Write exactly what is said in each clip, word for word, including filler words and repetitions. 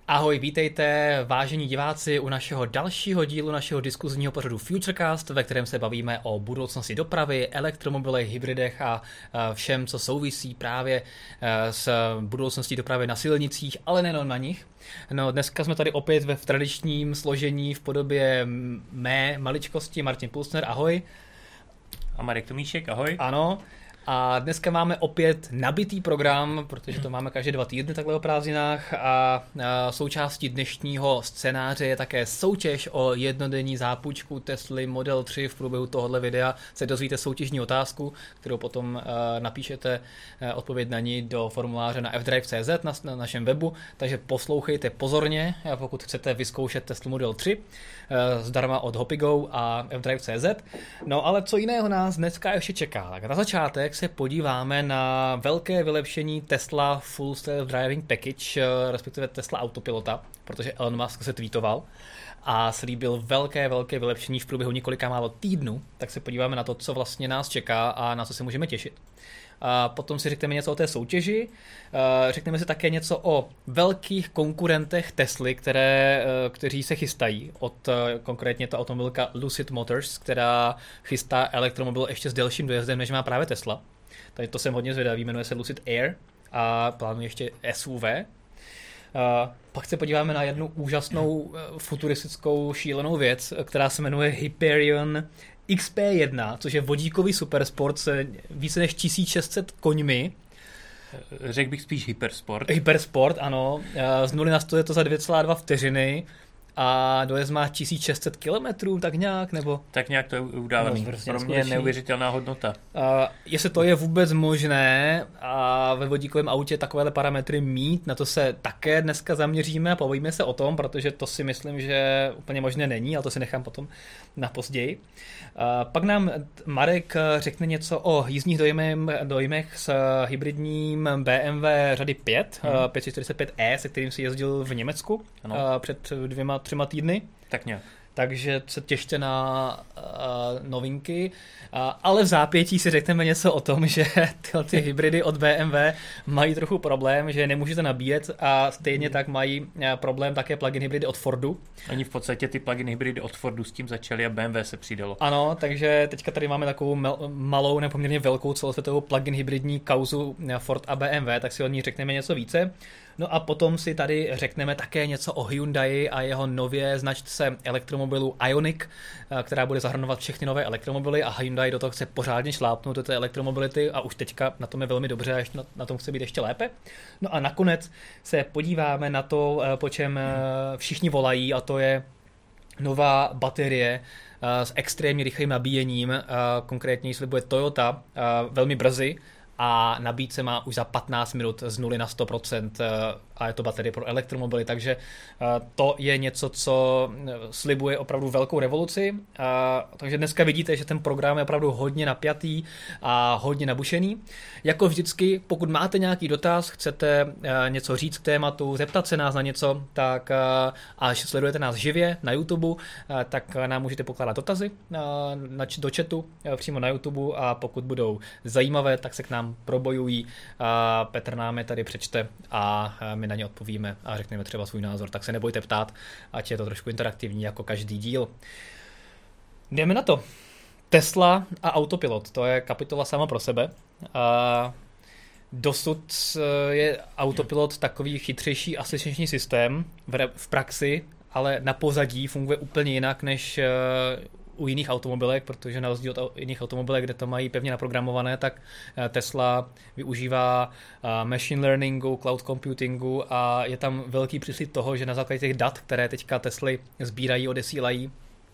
Ahoj, vítejte, vážení diváci, u našeho dalšího dílu našeho diskuzního pořadu Futurecast, ve kterém se bavíme o budoucnosti dopravy, elektromobilech, hybridech a všem, co souvisí právě s budoucností dopravy na silnicích, ale nejen na nich. No, dneska jsme tady opět ve tradičním složení v podobě mé maličkosti. Martin Pulsner, ahoj. A Marek Tomíšek, ahoj. Ano. A dneska máme opět nabitý program, protože to máme každé dva týdny takhle o prázdninách a, a součástí dnešního scénáře je také soutěž o jednodenní zápůjčku Tesly Model tři. V průběhu tohohle videa se dozvíte soutěžní otázku, kterou potom uh, napíšete uh, odpověď na ní do formuláře na f drive tečka c z na, na našem webu, takže poslouchejte pozorně, pokud chcete vyzkoušet Tesla Model tři uh, zdarma od Hopigo a f drive tečka c z. No ale co jiného nás dneska ještě čeká? Tak na začátek se podíváme na velké vylepšení Tesla Full Self Driving Package, respektive Tesla Autopilota, protože Elon Musk se tweetoval a slíbil velké, velké vylepšení v průběhu několika málo týdnů, tak se podíváme na to, co vlastně nás čeká a na co se můžeme těšit. A potom si řekneme něco o té soutěži, řekneme si také něco o velkých konkurentech Tesly, které, kteří se chystají, od konkrétně ta automobilka Lucid Motors, která chystá elektromobil ještě s delším dojezdem, než má právě Tesla. Takže to jsem hodně zvědavý, jmenuje se Lucid Air a plánuje ještě S U V. Uh, pak se podíváme na jednu úžasnou uh, futuristickou šílenou věc, která se jmenuje Hyperion X P jedna, což je vodíkový supersport s více než tisíc šest set koňmi. Řekl bych spíš hypersport. Hypersport, ano. Uh, z nuly na sto je to za dvě celé dva vteřiny. A dojezd má tisíc šest set kilometrů, tak nějak, nebo? Tak nějak to je udávaný. No, prostě pro mě je neuvěřitelná hodnota. Uh, jestli to je vůbec možné a ve vodíkovém autě takovéhle parametry mít, na to se také dneska zaměříme a povíme se o tom, protože to si myslím, že úplně možné není, ale to si nechám potom na později. Uh, pak nám Marek řekne něco o jízdních dojmech, dojmech s hybridním B M W řady pět, hmm. uh, pět set čtyřicet pět E, se kterým si jezdil v Německu uh, před dvěma třema týdny. Tak nějak. Takže se těšte na uh, novinky, uh, ale v zápětí si řekneme něco o tom, že tyhle ty hybridy od B M W mají trochu problém, že nemůžete nabíjet a stejně tak mají uh, problém také plug-in hybridy od Fordu. Oni v podstatě ty plug-in hybridy od Fordu s tím začali a B M W se přidalo. Ano, takže teďka tady máme takovou mel- malou, nepoměrně velkou celosvětovou plug-in hybridní kauzu Ford a B M W, tak si o ní řekneme něco více. No a potom si tady řekneme také něco o Hyundai a jeho nově značce elektromobilu Ioniq, která bude zahrnovat všechny nové elektromobily a Hyundai do toho chce pořádně šlápnout do té elektromobility a už teďka na tom je velmi dobře a ještě na, na tom chce být ještě lépe. No a nakonec se podíváme na to, po čem všichni volají, a to je nová baterie s extrémně rychlým nabíjením, konkrétně slibuje Toyota velmi brzy, a nabídce má už za patnáct minut z nuly na sto procent a je to baterie pro elektromobily, takže to je něco, co slibuje opravdu velkou revoluci. Takže dneska vidíte, že ten program je opravdu hodně napjatý a hodně nabušený. Jako vždycky, pokud máte nějaký dotaz, chcete něco říct k tématu, zeptat se nás na něco, tak až sledujete nás živě na YouTube, tak nám můžete pokládat dotazy do chatu přímo na YouTube a pokud budou zajímavé, tak se k nám probojují. Petr nám je tady přečte a my na ně odpovíme a řekneme třeba svůj názor, tak se nebojte ptát, ať je to trošku interaktivní jako každý díl. Jdeme na to. Tesla a autopilot, to je kapitola sama pro sebe. A dosud je autopilot takový chytřejší asistenční systém v praxi, ale na pozadí funguje úplně jinak než u jiných automobilek, protože na rozdíl od jiných automobilek, kde to mají pevně naprogramované, tak Tesla využívá machine learningu, cloud computingu a je tam velký příslib toho, že na základě těch dat, které teďka Tesly sbírají, odesílají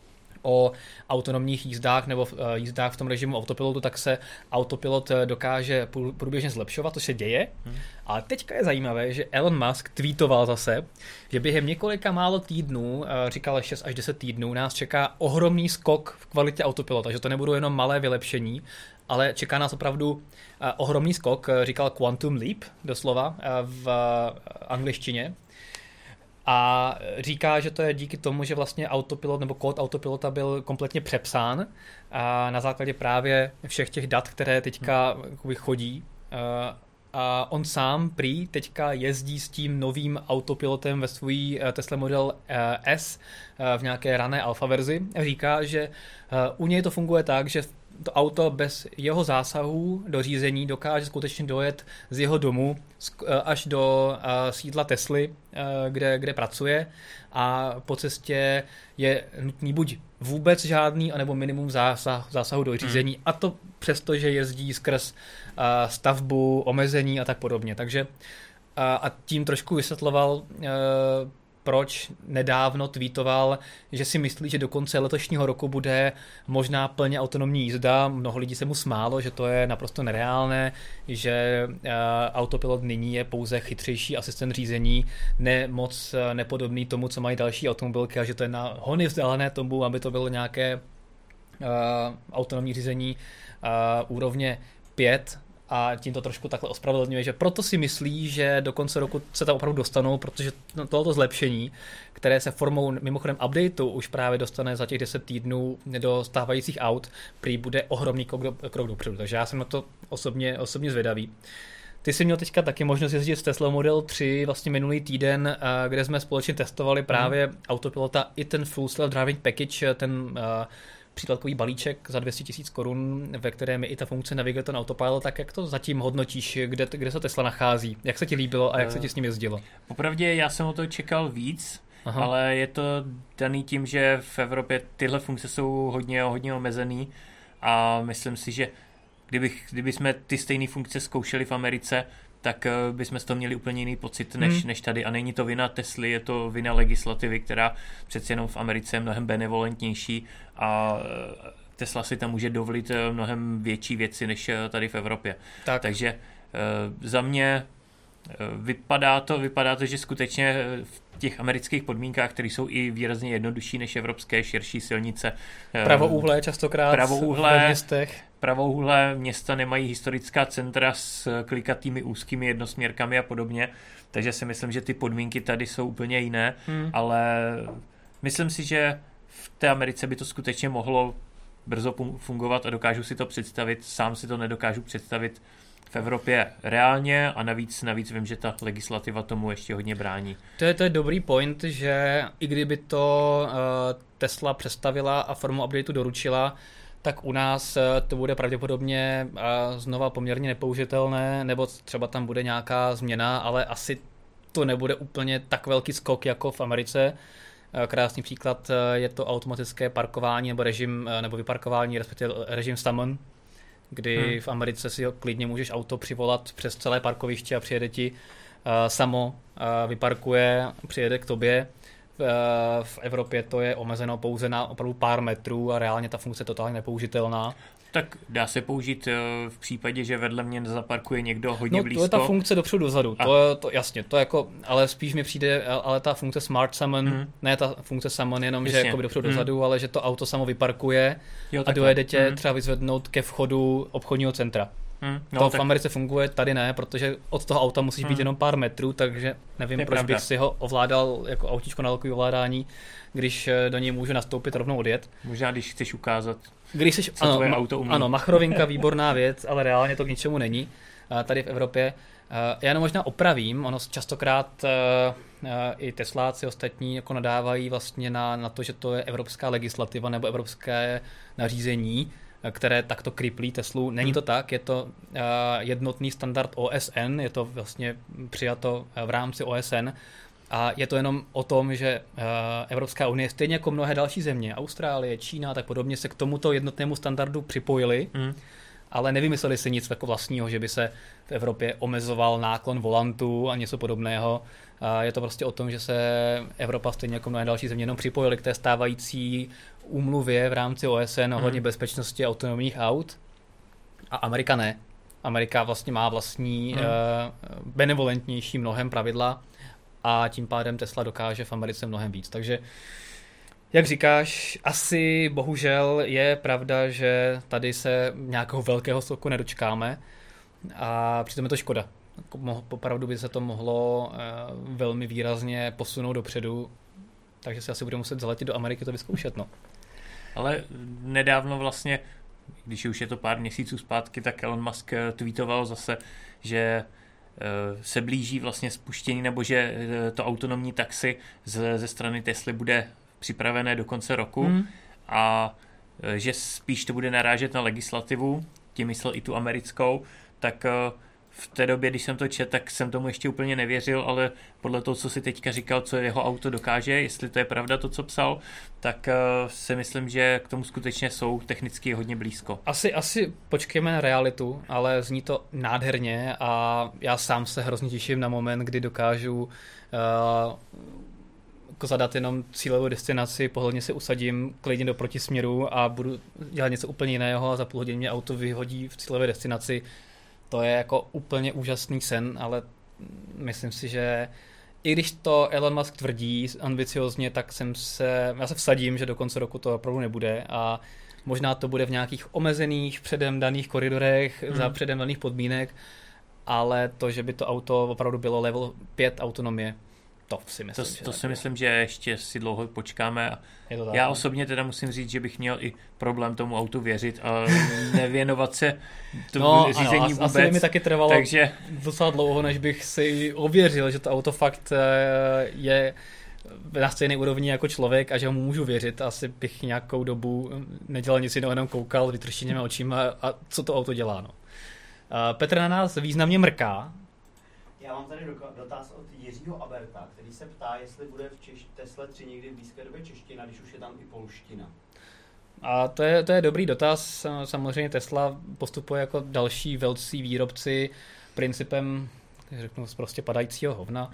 o autonomních jízdách nebo jízdách v tom režimu autopilotu, tak se autopilot dokáže průběžně zlepšovat, to se děje. Hmm. Ale teďka je zajímavé, že Elon Musk tweetoval zase, že během několika málo týdnů, říkal šest až deset týdnů, nás čeká ohromný skok v kvalitě autopilota, že to nebudou jenom malé vylepšení, ale čeká nás opravdu ohromný skok, říkal quantum leap doslova v angličtině. A říká, že to je díky tomu, že vlastně autopilot nebo kód autopilota byl kompletně přepsán a na základě právě všech těch dat, které teďka hmm. chodí a on sám prý teďka jezdí s tím novým autopilotem ve svůj Tesla Model S v nějaké rané alfa verzi. Říká, že u něj to funguje tak, že to auto bez jeho zásahů do řízení dokáže skutečně dojet z jeho domu až do sídla Tesly, kde, kde pracuje, a po cestě je nutný buď vůbec žádný, anebo minimum zásah, zásahu do řízení, hmm. a to přesto, že jezdí skrz stavbu, omezení a tak podobně. Takže a tím trošku vysvětloval, proč nedávno tweetoval, že si myslí, že do konce letošního roku bude možná plně autonomní jízda. Mnoho lidí se mu smálo, že to je naprosto nereálné, že autopilot nyní je pouze chytřejší asistent řízení, ne moc nepodobný tomu, co mají další automobilky, a že to je na hony vzdálené tomu, aby to bylo nějaké uh, autonomní řízení uh, úrovně pět, a tím to trošku takhle ospravedlňuje, že proto si myslí, že do konce roku se tam opravdu dostanou, protože tohoto zlepšení, které se formou mimochodem updateu už právě dostane za těch deset týdnů do stávajících aut, prý bude ohromný krok, do, krok dopředu. Takže já jsem na to osobně, osobně zvědavý. Ty jsi měl teďka taky možnost jezdit s Tesla Model tři vlastně minulý týden, kde jsme společně testovali právě mm. autopilota i ten Full Self Driving Package, ten příkladkový balíček za dvě stě tisíc korun, ve kterém je i ta funkce Navigator na Autopilot. Tak jak to zatím hodnotíš, kde, kde se Tesla nachází? Jak se ti líbilo a jak se ti s ním jezdilo? Popravdě já jsem o to čekal víc, Aha. ale je to daný tím, že v Evropě tyhle funkce jsou hodně, hodně omezený, a myslím si, že kdybych, kdyby jsme ty stejné funkce zkoušeli v Americe, tak bychom z toho měli úplně jiný pocit než, hmm. než tady. A není to vina Tesly, je to vina legislativy, která přece jenom v Americe je mnohem benevolentnější, a Tesla si tam může dovolit mnohem větší věci než tady v Evropě. Tak. Takže za mě vypadá to, vypadá to, že skutečně v těch amerických podmínkách, které jsou i výrazně jednodušší než evropské, širší silnice. Pravouhlé častokrát pravouhlé, v městech. Pravouhlé města nemají historická centra s klikatými úzkými jednosměrkami a podobně, takže si myslím, že ty podmínky tady jsou úplně jiné, hmm. ale myslím si, že v té Americe by to skutečně mohlo brzo fungovat a dokážu si to představit, sám si to nedokážu představit v Evropě reálně, a navíc, navíc vím, že ta legislativa tomu ještě hodně brání. To je, to je dobrý point, že i kdyby to uh, Tesla představila a formou updateu doručila, tak u nás to bude pravděpodobně uh, znova poměrně nepoužitelné, nebo třeba tam bude nějaká změna, ale asi to nebude úplně tak velký skok jako v Americe. Uh, krásný příklad uh, je to automatické parkování nebo režim, uh, nebo vyparkování, respektive režim summon, kdy hmm. v Americe si ho klidně můžeš auto přivolat přes celé parkoviště a přijede ti uh, samo, uh, vyparkuje, přijede k tobě. Uh, v Evropě to je omezeno pouze na opravdu pár metrů a reálně ta funkce je totálně nepoužitelná. Tak dá se použít v případě, že vedle mě zaparkuje někdo hodně no, blízko. No to je ta funkce dopředu dozadu, to je to jasně, to jako, ale spíš mi přijde, ale ta funkce Smart Summon, mm. ne ta funkce Summon jenom, jasně. že jako dopředu mm. dozadu, ale že to auto samo vyparkuje jo, a dojede tě mm. třeba vyzvednout ke vchodu obchodního centra. Hmm, no, to tak... v Americe funguje, tady ne, protože od toho auta musíš hmm. být jenom pár metrů, takže nevím, proč pravda. bych si ho ovládal jako autíčko na velký ovládání, když do něj můžu nastoupit, rovnou odjet. Možná, když chceš ukázat, když chceš, co ano, tvoje ma, auto umí. Ano, machrovinka, výborná věc, ale reálně to k ničemu není tady v Evropě. Já jenom možná opravím, ono častokrát i Tesláci ostatní jako nadávají vlastně na, na to, že to je evropská legislativa nebo evropské nařízení, které takto kriplí Teslu. Není to tak, je to uh, jednotný standard O S N, je to vlastně přijato v rámci O S N a je to jenom o tom, že uh, Evropská unie, stejně jako mnohé další země, Austrálie, Čína a tak podobně, se k tomuto jednotnému standardu připojili, mm. ale nevymysleli si nic jako vlastního, že by se v Evropě omezoval náklon volantu a něco podobného. Uh, je to prostě o tom, že se Evropa, stejně jako mnohé další země, jenom připojili k té stávající úmluvě v rámci O S N ohledně hmm. bezpečnosti autonomních aut a Amerika ne. Amerika vlastně má vlastní hmm. uh, benevolentnější mnohem pravidla a tím pádem Tesla dokáže v Americe mnohem víc. Takže jak říkáš, asi bohužel je pravda, že tady se nějakého velkého skoku nedočkáme a přitom je to škoda. Opravdu by se to mohlo uh, velmi výrazně posunout dopředu, takže si asi budeme muset zaletět do Ameriky to vyzkoušet, no. Ale nedávno vlastně, když už je to pár měsíců zpátky, tak Elon Musk tweetoval zase, že se blíží vlastně spuštění, nebo že to autonomní taxi ze, ze strany Tesly bude připravené do konce roku hmm. a že spíš to bude narážet na legislativu, tím myslel i tu americkou, tak v té době, když jsem to četl, tak jsem tomu ještě úplně nevěřil, ale podle toho, co si teďka říkal, co jeho auto dokáže, jestli to je pravda to, co psal, tak si myslím, že k tomu skutečně jsou technicky hodně blízko. Asi, asi počkejme na realitu, ale zní to nádherně a já sám se hrozně těším na moment, kdy dokážu uh, zadat jenom cílovou destinaci, pohodlně se usadím klidně do protisměru a budu dělat něco úplně jiného a za půl hodiny mě auto vyhodí v cílové destinaci. To je jako úplně úžasný sen, ale myslím si, že i když to Elon Musk tvrdí ambiciozně, tak jsem se, já se vsadím, že do konce roku to opravdu nebude a možná to bude v nějakých omezených předem daných koridorech hmm. za předem daných podmínek, ale to, že by to auto opravdu bylo level pět autonomie, to si myslím, to, že to si myslím, že ještě si dlouho počkáme. A já osobně teda musím říct, že bych měl i problém tomu autu věřit a nevěnovat se tomu no, řízení ano, vůbec. Asi mi taky trvalo takže... docela dlouho, než bych si ověřil, že to auto fakt je na stejné úrovni jako člověk a že mu můžu věřit. Asi bych nějakou dobu nedělal nic jiného, jenom koukal vytrštěnými očima a co to auto dělá. No. Petr na nás významně mrká. Já mám tady dotaz od Jiřího Aberta, který se ptá, jestli bude v Češ- Tesle tři někdy v blízké době čeština, když už je tam i polština. A to je, to je dobrý dotaz. Samozřejmě Tesla postupuje jako další velcí výrobci principem, řeknu, prostě padajícího hovna.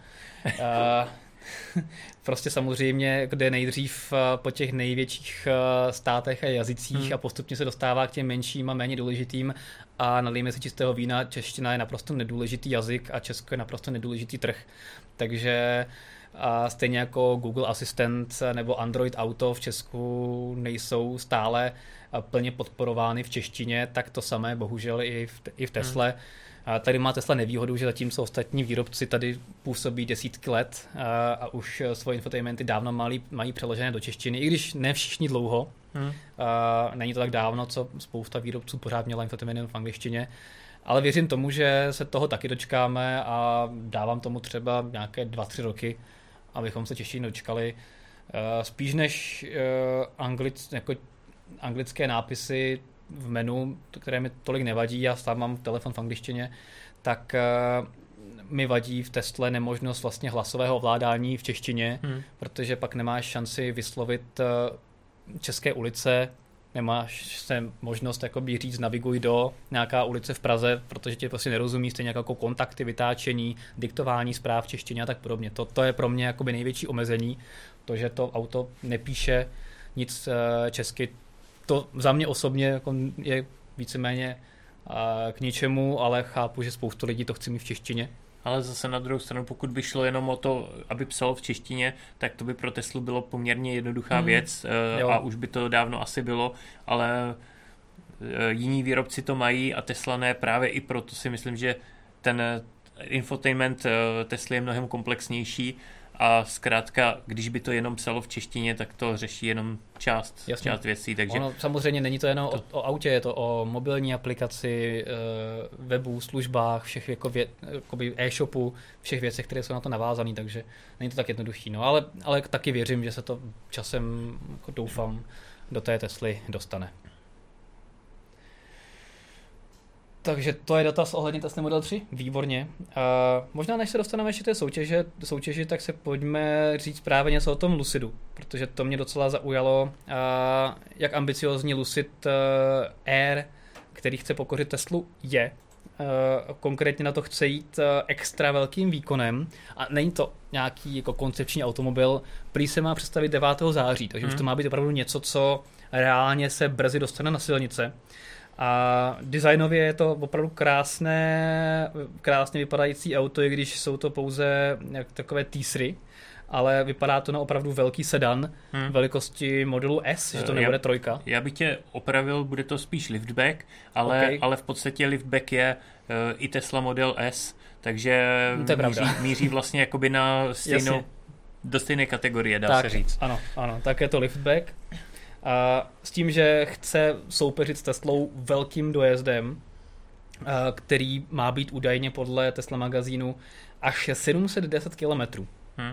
Prostě samozřejmě, kde nejdřív po těch největších státech a jazycích hmm. a postupně se dostává k těm menším a méně důležitým a nalijeme si čistého vína, čeština je naprosto nedůležitý jazyk a Česko je naprosto nedůležitý trh. Takže a stejně jako Google Assistant nebo Android Auto v Česku nejsou stále plně podporovány v češtině, tak to samé bohužel i v, i v Tesle. Hmm. A tady má Tesla nevýhodu, že zatímco ostatní výrobci tady působí desítky let a, a už svoje infotainmenty dávno mají, mají přeložené do češtiny, i když ne všichni dlouho. Hmm. A, není to tak dávno, co spousta výrobců pořád měla infotainment v angličtině. Ale věřím tomu, že se toho taky dočkáme a dávám tomu třeba nějaké dva, tři roky, abychom se češtiny dočkali. Spíš než anglic, jako anglické nápisy v menu, které mi tolik nevadí, já sám mám telefon v angličtině, tak uh, mi vadí v Tesle nemožnost vlastně hlasového ovládání v češtině, hmm. protože pak nemáš šanci vyslovit uh, české ulice, nemáš se možnost jakoby říct naviguj do nějaká ulice v Praze, protože tě prostě nerozumí, stejně jako kontakty, vytáčení, diktování zpráv v češtině a tak podobně. To, to je pro mě jakoby největší omezení, to, že to auto nepíše nic uh, česky. To za mě osobně jako je víceméně k ničemu, ale chápu, že spoustu lidí to chce mít v češtině. Ale zase na druhou stranu, pokud by šlo jenom o to, aby psalo v češtině, tak to by pro Teslu bylo poměrně jednoduchá hmm. věc jo. a už by to dávno asi bylo, ale jiní výrobci to mají a Tesla ne, právě i proto si myslím, že ten infotainment Tesly je mnohem komplexnější a zkrátka, když by to jenom psalo v češtině, tak to řeší jenom část, část věcí. Takže ono samozřejmě není to jenom to... O, o autě, je to o mobilní aplikaci, webu, službách, všech jako vě, e-shopu, všech věcech, které jsou na to navázané, takže není to tak jednoduchý. No, ale, ale taky věřím, že se to časem, jako doufám, do té Tesly dostane. Takže to je dotaz ohledně Tesla Model tři. Výborně. Uh, možná než se dostaneme ještě té soutěže, soutěži, tak se pojďme říct právě něco o tom Lucidu, protože to mě docela zaujalo, uh, jak ambiciozní Lucid uh, Air, který chce pokořit Teslu, je. Uh, konkrétně na to chce jít uh, extra velkým výkonem a není to nějaký jako koncepční automobil, prý se má představit devátého září, takže hmm. už to má být opravdu něco, co reálně se brzy dostane na silnice. A designově je to opravdu krásné, krásně vypadající auto, i když jsou to pouze takové T-tři, ale vypadá to na opravdu velký sedan hmm. velikosti modelu S, že to nebude já, trojka. Já bych tě opravil, bude to spíš liftback, ale, okay. ale v podstatě liftback je uh, i Tesla Model S, takže míří, míří vlastně jakoby na stejnou, do stejné kategorie, dá tak, se říct. Ano, ano, tak je to liftback. A s tím, že chce soupeřit s Teslou velkým dojezdem který má být údajně podle Tesla magazínu až sedm set deset kilometrů. Hmm.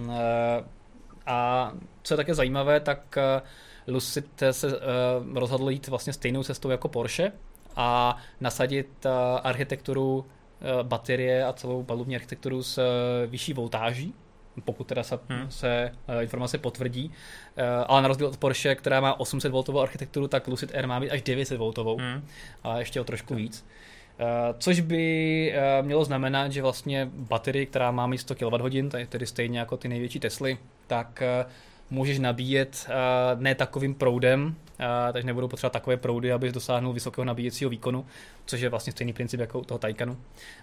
A co je také zajímavé, tak Lucid se rozhodl jít vlastně stejnou cestou jako Porsche a nasadit architekturu baterie a celou palubní architekturu s vyšší voltáží, pokud teda se, hmm. se informace potvrdí. Ale na rozdíl od Porsche, která má osm set voltovou architekturu, tak Lucid Air má být až devět set voltovou hmm. a ještě o trošku víc. Což by mělo znamenat, že vlastně baterie, která má mít sto kilowatthodin, tedy stejně jako ty největší Tesly, tak můžeš nabíjet ne takovým proudem, takže nebudou potřebovat takové proudy, abys dosáhnul vysokého nabíjecího výkonu, což je vlastně stejný princip jako u toho Taycanu.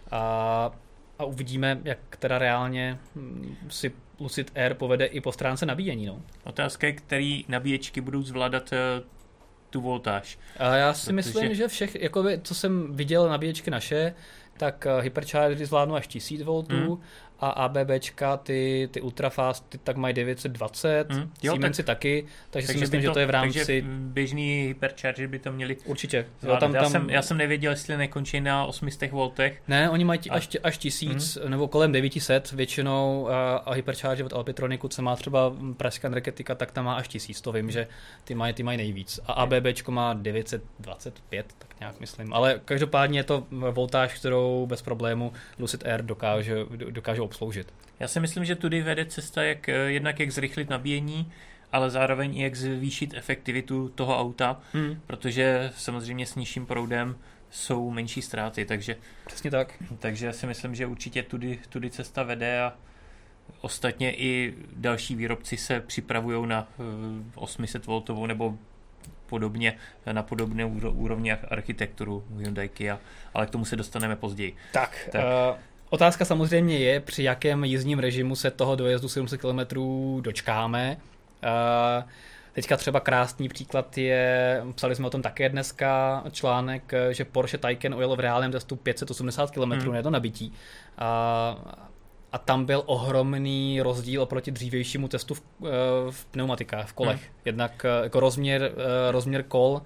A, a uvidíme, jak teda reálně si Lucid Air povede i po stránce nabíjení. No. Otázka je, který nabíječky budou zvládat tu voltáž. A já si Protože... myslím, že všech, jakoby, co jsem viděl nabíječky naše, tak hyperchargery zvládnou až tisíc voltů hmm. a ABBčka, ty, ty ultrafast, ty tak mají devět set dvacet, hmm. jo, Siemensy tak, taky, takže, takže si myslím, to, že to je v rámci... Takže běžný hypercharger by to měli... Určitě. Jo, tam, já, tam... Jsem, já jsem nevěděl, jestli nekončí na osm set voltech. Ne, oni mají až, až tisíc, hmm. nebo kolem devět set většinou a, a hypercharger od Alpitronicu, co má třeba pražská energetika, tak tam má až tisíc, to vím, že ty mají, ty mají nejvíc. A ABBčko má devět set dvacet pět, tak nějak myslím. Ale každopádně je to voltáž, kterou bez problému Lucid Air dokáže, dokáže obsloužit. Já si myslím, že tudy vede cesta, jak jednak jak zrychlit nabíjení, ale zároveň i jak zvýšit efektivitu toho auta, hmm. protože samozřejmě s nižším proudem jsou menší ztráty, takže přesně tak. Takže já si myslím, že určitě tudy, tudy cesta vede a ostatně i další výrobci se připravují na osm set voltovou nebo podobně, na podobné úrovni architekturu Hyundai Kia, ale k tomu se dostaneme později. Tak, tak. Uh, otázka samozřejmě je, při jakém jízdním režimu se toho dojezdu sedm set kilometrů dočkáme. Uh, teďka třeba krásný příklad je, psali jsme o tom také dneska článek, že Porsche Taycan ujel v reálném testu pět set osmdesát kilometrů hmm. na jedno nabití. Uh, A tam byl ohromný rozdíl oproti dřívějšímu testu v, v pneumatikách, v kolech. Hmm. Jednak jako rozměr, rozměr kol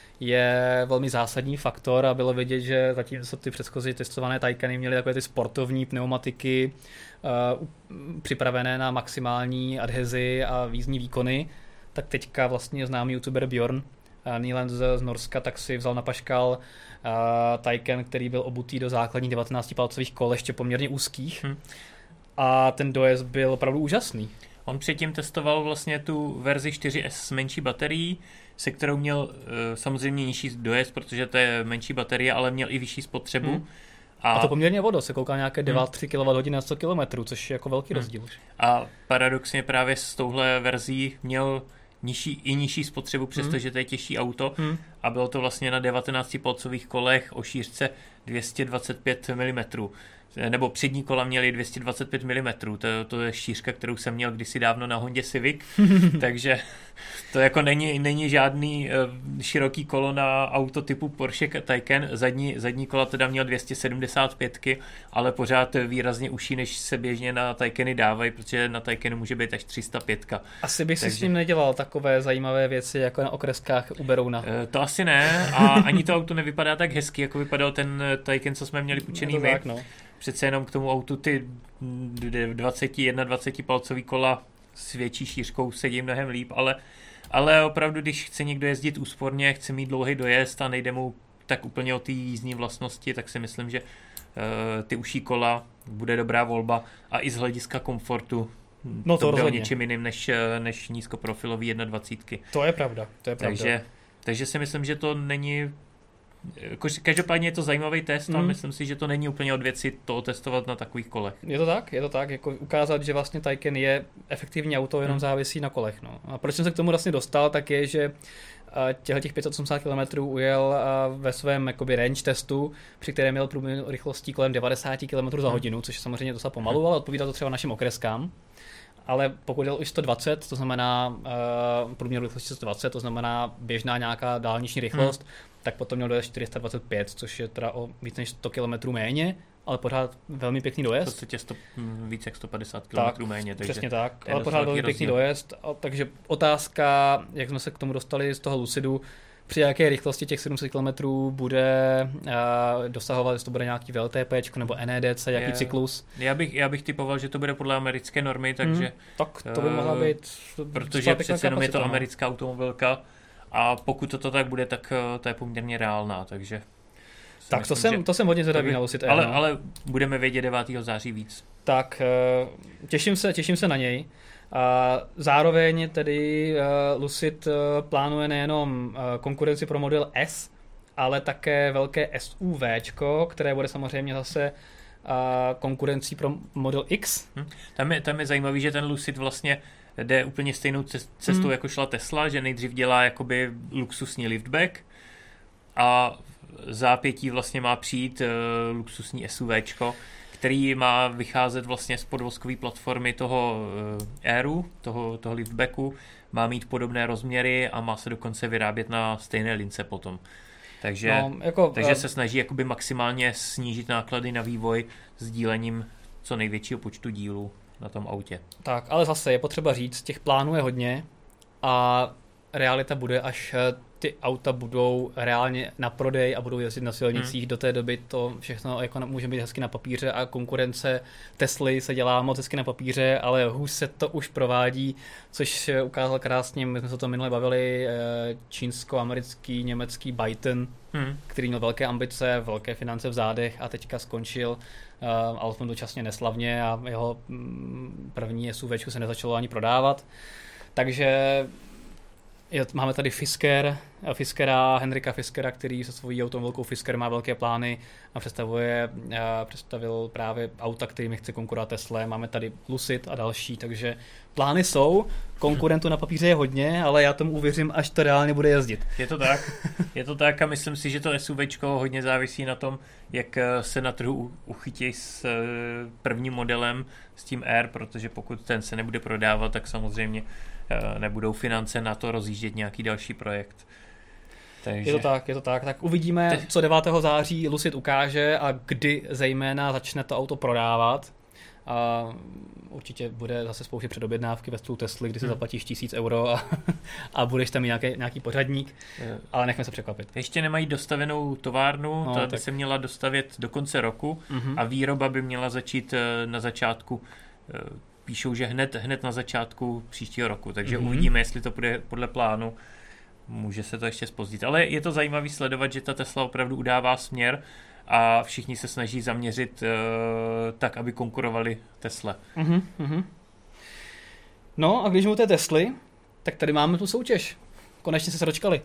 je velmi zásadní faktor a bylo vidět, že zatímco ty předchozí testované Taycany měly takové ty sportovní pneumatiky uh, připravené na maximální adhezi a jízdní výkony, tak teďka vlastně známý youtuber Bjorn uh, Nyland z, z Norska tak si vzal na paškal uh, Taycan, který byl obutý do základních devatenáctipalcových kol, ještě poměrně úzkých. Hmm. A ten dojezd byl opravdu úžasný. On předtím testoval vlastně tu verzi čtyři S s menší baterií, se kterou měl e, samozřejmě nižší dojezd, protože to je menší baterie, ale měl i vyšší spotřebu. Hmm. A, a to poměrně vodo, se kouká nějaké devadesát tři kilowatthodin na sto kilometrů, což je jako velký hmm. rozdíl. A paradoxně právě s touhle verzí měl nižší, i nižší spotřebu, přestože hmm. to je těžší auto hmm. a bylo to vlastně na devatenáctipalcových kolech o šířce dvě stě dvacet pět milimetrů. Nebo přední kola měly dvě stě dvacet pět milimetrů, to, to je šířka, kterou jsem měl kdysi dávno na Hondě Civic, takže to jako není, není žádný uh, široký kolo na auto typu Porsche Taycan, zadní, zadní kola teda měl dvě stě sedmdesát pět, ale pořád výrazně uší, než se běžně na Taycany dávají, protože na Taycanu může být až tři sta pět. Asi bych takže... si s ním nedělal takové zajímavé věci, jako na okreskách u Berouna. Uh, to asi ne a ani to auto nevypadá tak hezky, jako vypadal ten Taycan, co jsme měli půjčený my. Tak, no. Přece jenom k tomu autu ty dvacet, dvacet jedna palcový kola s větší šířkou sedí mnohem líp, ale, ale opravdu, když chce někdo jezdit úsporně, chce mít dlouhý dojezd a nejde mu tak úplně o ty jízdní vlastnosti, tak si myslím, že uh, ty uší kola bude dobrá volba a i z hlediska komfortu no to, to bude něčím jiným než, než nízkoprofilový jednadvacítky. To je pravda, to je pravda. Takže, takže si myslím, že to není... Každopádně je to zajímavý test, mm. ale myslím si, že to není úplně od věci to testovat na takových kolech. Je to tak, je to tak, jako ukázat, že vlastně Taycan je efektivní auto, jenom mm. závisí na kolech. No. A proč jsem se k tomu vlastně dostal, tak je, že těch pět set osmdesát kilometrů ujel ve svém jakoby range testu, při kterém měl průměr rychlostí kolem devadesát kilometrů za hodinu, což je samozřejmě docela pomalu, mm. ale odpovídá to třeba našim okreskám. Ale pokud jel už sto dvacet, to znamená uh, průměr rychlosti sto dvacet, to znamená běžná nějaká dálniční rychlost, hmm. tak potom měl dojezd čtyři sta dvacet pět, což je teda o víc než sto kilometrů méně, ale pořád velmi pěkný dojezd. V podstatě sto, víc jak sto padesát kilometrů méně. Takže přesně tak, ale pořád velmi rozdíl. Pěkný dojezd. Takže otázka, jak jsme se k tomu dostali z toho Lucidu, při jaké rychlosti těch sedm set kilometrů bude uh, dosahovat, jestli to bude nějaký V L T P nebo N E D C, jaký je, cyklus. Já bych, já bych typoval, že to bude podle americké normy, takže... Hmm, tak to by mohla být... Protože přece jenom je to americká automobilka a pokud to tak bude, tak to je poměrně reálná, takže... Tak myslím, to, jsem, to jsem hodně zvědavý na Lucid Air. Ale, ale budeme vědět devátého září víc. Tak těším se, těším se na něj. A zároveň tedy Lucid plánuje nejenom konkurenci pro model S, ale také velké SUVčko, které bude samozřejmě zase konkurencí pro model X. Hmm. Tam je, tam je zajímavý, že ten Lucid vlastně jde úplně stejnou cestou, hmm. jako šla Tesla, že nejdřív dělá jakoby luxusní liftback a zápětí vlastně má přijít uh, luxusní SUVčko, který má vycházet vlastně z podvozkové platformy toho uh, Airu, toho, toho liftbacku, má mít podobné rozměry a má se dokonce vyrábět na stejné lince potom. Takže, no, jako, takže uh, se snaží jakoby maximálně snížit náklady na vývoj sdílením co největšího počtu dílů na tom autě. Tak, ale zase je potřeba říct, těch plánů je hodně a realita bude, až ty auta budou reálně na prodej a budou jezdit na silnicích. Hmm. Do té doby to všechno jako může být hezky na papíře a konkurence Tesly se dělá moc hezky na papíře, ale hůř se to už provádí, což ukázal krásně, my jsme se o tom minule bavili, čínsko-americký, německý Byton, hmm. který měl velké ambice, velké finance v zádech a teďka skončil uh, alespoň dočasně neslavně a jeho první SUVčko se nezačalo ani prodávat. Takže Je, máme tady Fisker, Fiskera, Henrika Fiskera, který se svojí automobilkou Fisker má velké plány a představuje, a představil právě auta, kterými chce konkurovat Tesla. Máme tady Lucid a další, takže plány jsou, konkurentů na papíře je hodně, ale já tomu uvěřím, až to reálně bude jezdit. Je to tak, je to tak a myslím si, že to SUVčko hodně závisí na tom, jak se na trhu uchytí s prvním modelem, s tím Air, protože pokud ten se nebude prodávat, tak samozřejmě nebudou finance na to rozjíždět nějaký další projekt. Takže... Je to tak, je to tak. Tak uvidíme, co devátého září Lucid ukáže a kdy zejména začne to auto prodávat. A určitě bude zase spouště předobjednávky ve stylu Tesly, kdy si hmm. zaplatíš tisíc euro a, a budeš tam mít nějaký, nějaký pořadník, ale nechme se překvapit. Ještě nemají dostavenou továrnu, no, ta by tak... se měla dostavět do konce roku mm-hmm. a výroba by měla začít na začátku. Píšou, že hned, hned na začátku příštího roku, takže mm-hmm. uvidíme, jestli to bude podle plánu. Může se to ještě zpozdit, ale je to zajímavý sledovat, že ta Tesla opravdu udává směr a všichni se snaží zaměřit uh, tak, aby konkurovali Tesle. Mm-hmm. No a když mluvíte té Tesly, tak tady máme tu soutěž. Konečně se se dočkali.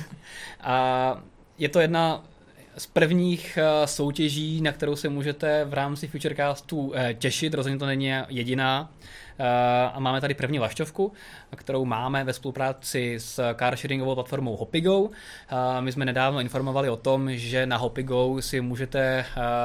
A je to jedna z prvních soutěží, na kterou se můžete v rámci Futurecastu těšit, rozhodně to není jediná. A máme tady první vlašťovku, kterou máme ve spolupráci s carsharingovou platformou Hopigo. My jsme nedávno informovali o tom, že na Hopigo si můžete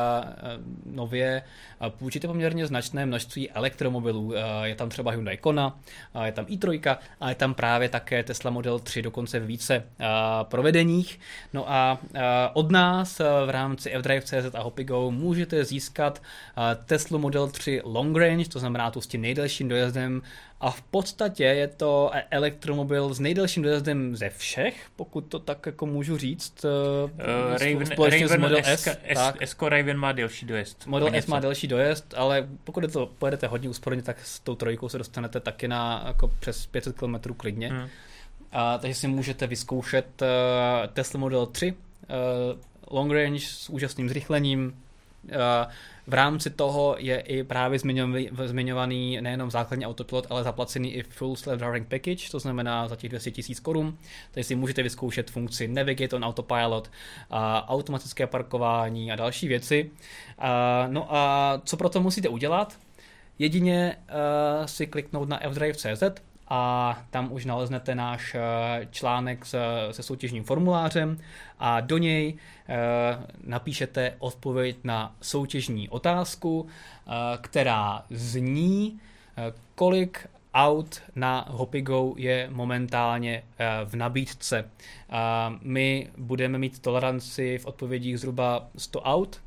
nově půjčit poměrně značné množství elektromobilů. Je tam třeba Hyundai Kona, je tam i tři a je tam právě také Tesla Model tři, dokonce v více provedeních. No a od nás v rámci fdrive tečka cé zet a Hopigo můžete získat Tesla Model tři Long Range, to znamená tu s tím nejdelším dojezdem a v podstatě je to elektromobil s nejdelším dojezdem ze všech, pokud to tak jako můžu říct. Uh, Raven, společně Raven s Model S. S, S Raven má delší dojezd. Model S má delší dojezd, ale pokud je to, pojedete hodně úsporně, tak s tou trojkou se dostanete taky na jako přes pět set kilometrů klidně. Hmm. A, takže si můžete vyzkoušet uh, Tesla Model tři uh, Long Range s úžasným zrychlením. Uh, v rámci toho je i právě zmiňovaný, zmiňovaný nejenom základní autopilot, ale zaplacený i full self-driving package, to znamená za těch dvě stě tisíc korun. Takže si můžete vyzkoušet funkci Navigate on Autopilot, a automatické parkování a další věci. A, no a co pro to musíte udělat? Jedině uh, si kliknout na fdrive tečka cé zet a tam už naleznete náš článek se soutěžním formulářem a do něj napíšete odpověď na soutěžní otázku, která zní, kolik aut na Hopigo je momentálně v nabídce. My budeme mít toleranci v odpovědích zhruba sto aut,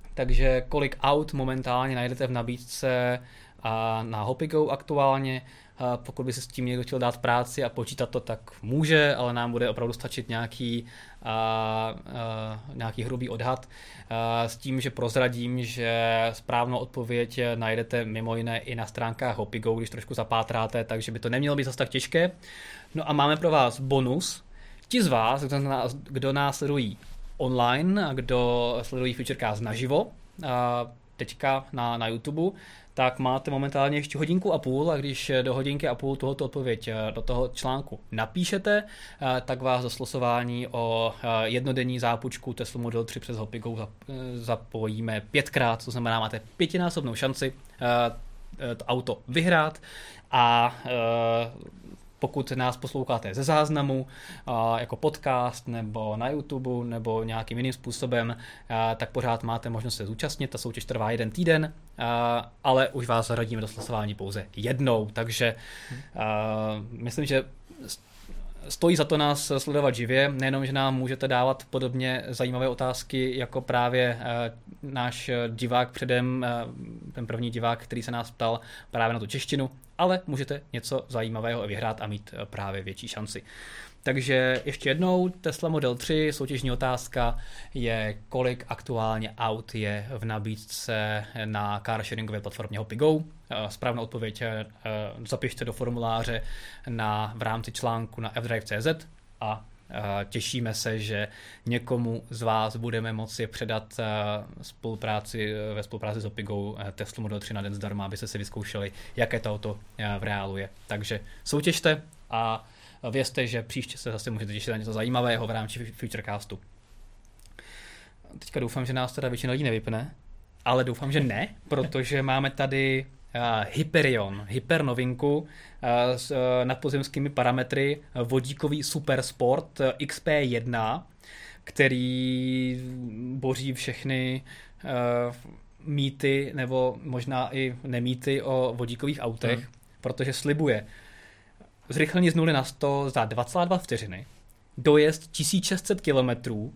takže kolik aut momentálně najdete v nabídce na Hopigo aktuálně pokud by si s tím někdo chtěl dát práci a počítat to, tak může, ale nám bude opravdu stačit nějaký, a, a, nějaký hrubý odhad. A, s tím, že prozradím, že správnou odpověď najdete mimo jiné i na stránkách Hopigo, když trošku zapátráte, takže by to nemělo být zase tak těžké. No a máme pro vás bonus. Ti z vás, kdo nás, kdo nás sledují online a kdo sledují Futurecast naživo, a teďka na, na YouTube, tak máte momentálně ještě hodinku a půl a když do hodinky a půl tohoto odpověď do toho článku napíšete, tak vás do slosování o jednodenní zápůjčku Tesla Model tři přes Hopigo zapojíme pětkrát, to znamená, máte pětinásobnou šanci to auto vyhrát a pokud nás posloucháte ze záznamu, jako podcast nebo na YouTube nebo nějakým jiným způsobem, tak pořád máte možnost se zúčastnit. Ta soutěž trvá jeden týden, ale už vás zaradíme do slosování pouze jednou, takže myslím, že stojí za to nás sledovat živě, nejenom, že nám můžete dávat podobně zajímavé otázky, jako právě náš divák předem, ten první divák, který se nás ptal právě na tu češtinu, ale můžete něco zajímavého vyhrát a mít právě větší šanci. Takže ještě jednou, Tesla Model tři, soutěžní otázka je, kolik aktuálně aut je v nabídce na carsharingové platformě Hopigo. Správnou odpověď zapište do formuláře na, v rámci článku na f drive tečka c z a těšíme se, že někomu z vás budeme moci předat spolupráci, ve spolupráci s Hopigo Tesla Model tři na den zdarma, abyste si vyzkoušeli, jaké to auto v reálu je. Takže soutěžte a vězte, že příště se zase můžete těšit na něco zajímavého v rámci Futurecastu. Teďka doufám, že nás teda většina lidí nevypne, ale doufám, že ne, protože máme tady uh, Hyperion, hypernovinku uh, s uh, nadpozemskými parametry, uh, vodíkový Supersport uh, X P jedna, který boří všechny uh, mýty nebo možná i nemýty o vodíkových autech, hmm. protože slibuje zrychlení z nuly na sto za dva celé dva vteřiny, dojezd tisíc šest set kilometrů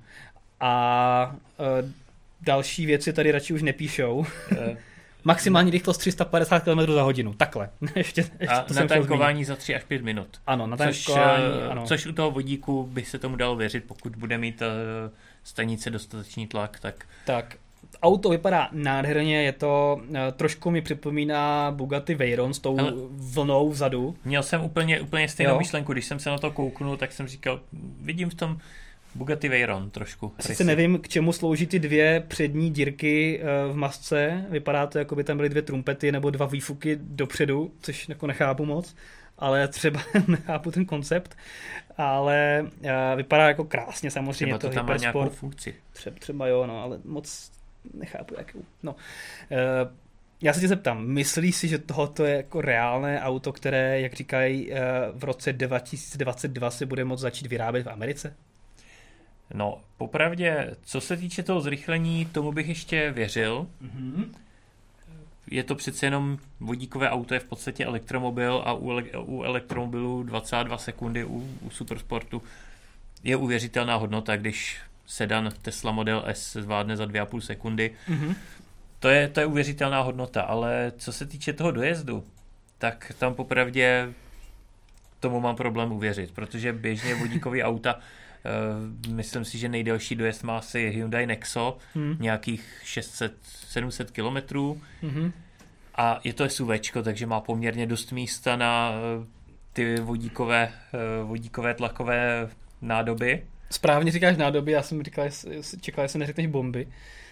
a e, další věci tady radši už nepíšou. Maximální rychlost tři sta padesát kilometrů za hodinu, takhle. ještě, ještě a na tankování za tři až pět minut. Ano, na tankování, což, ano. Což u toho vodíku by se tomu dalo věřit, pokud bude mít uh, stanice dostatečný tlak, tak... Tak. Auto vypadá nádherně, je to, trošku mi připomíná Bugatti Veyron s tou Hele, vlnou vzadu. Měl jsem úplně, úplně stejnou jo. myšlenku, když jsem se na to kouknul, tak jsem říkal, vidím v tom Bugatti Veyron trošku. Sice nevím, k čemu slouží ty dvě přední dírky v masce, vypadá to, jako by tam byly dvě trumpety nebo dva výfuky dopředu, což jako nechápu moc, ale třeba nechápu ten koncept, ale vypadá jako krásně samozřejmě. Třeba to, to tam má nějakou funkci. Třeba, třeba jo, no, ale moc nechápu, jakou. No. Uh, já se tě zeptám, myslíš si, že tohoto je jako reálné auto, které, jak říkají, uh, v roce dva tisíce dvacet dva se bude moct začít vyrábět v Americe? No, popravdě, co se týče toho zrychlení, tomu bych ještě věřil. Mm-hmm. Je to přece jenom vodíkové auto, je v podstatě elektromobil a u, ele- u elektromobilu dvacet dva sekundy u, u Supersportu je uvěřitelná hodnota, když sedan Tesla Model S zvládne za dvě a půl sekundy. Mm-hmm. To je, to je uvěřitelná hodnota, ale co se týče toho dojezdu, tak tam popravdě tomu mám problém uvěřit, protože běžně vodíkový auta, uh, myslím si, že nejdelší dojezd má asi Hyundai Nexo, mm. nějakých šest set sedm set kilometrů mm-hmm. a je to SUVčko, takže má poměrně dost místa na uh, ty vodíkové, uh, vodíkové tlakové nádoby. Správně říkáš nádoby, já jsem říkal, čekal, jestli neřekneš bomby.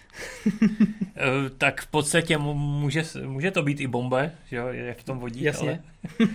Tak v podstatě může, může to být i bombe, že jo, jak v tom vodík. Jasně. Ale...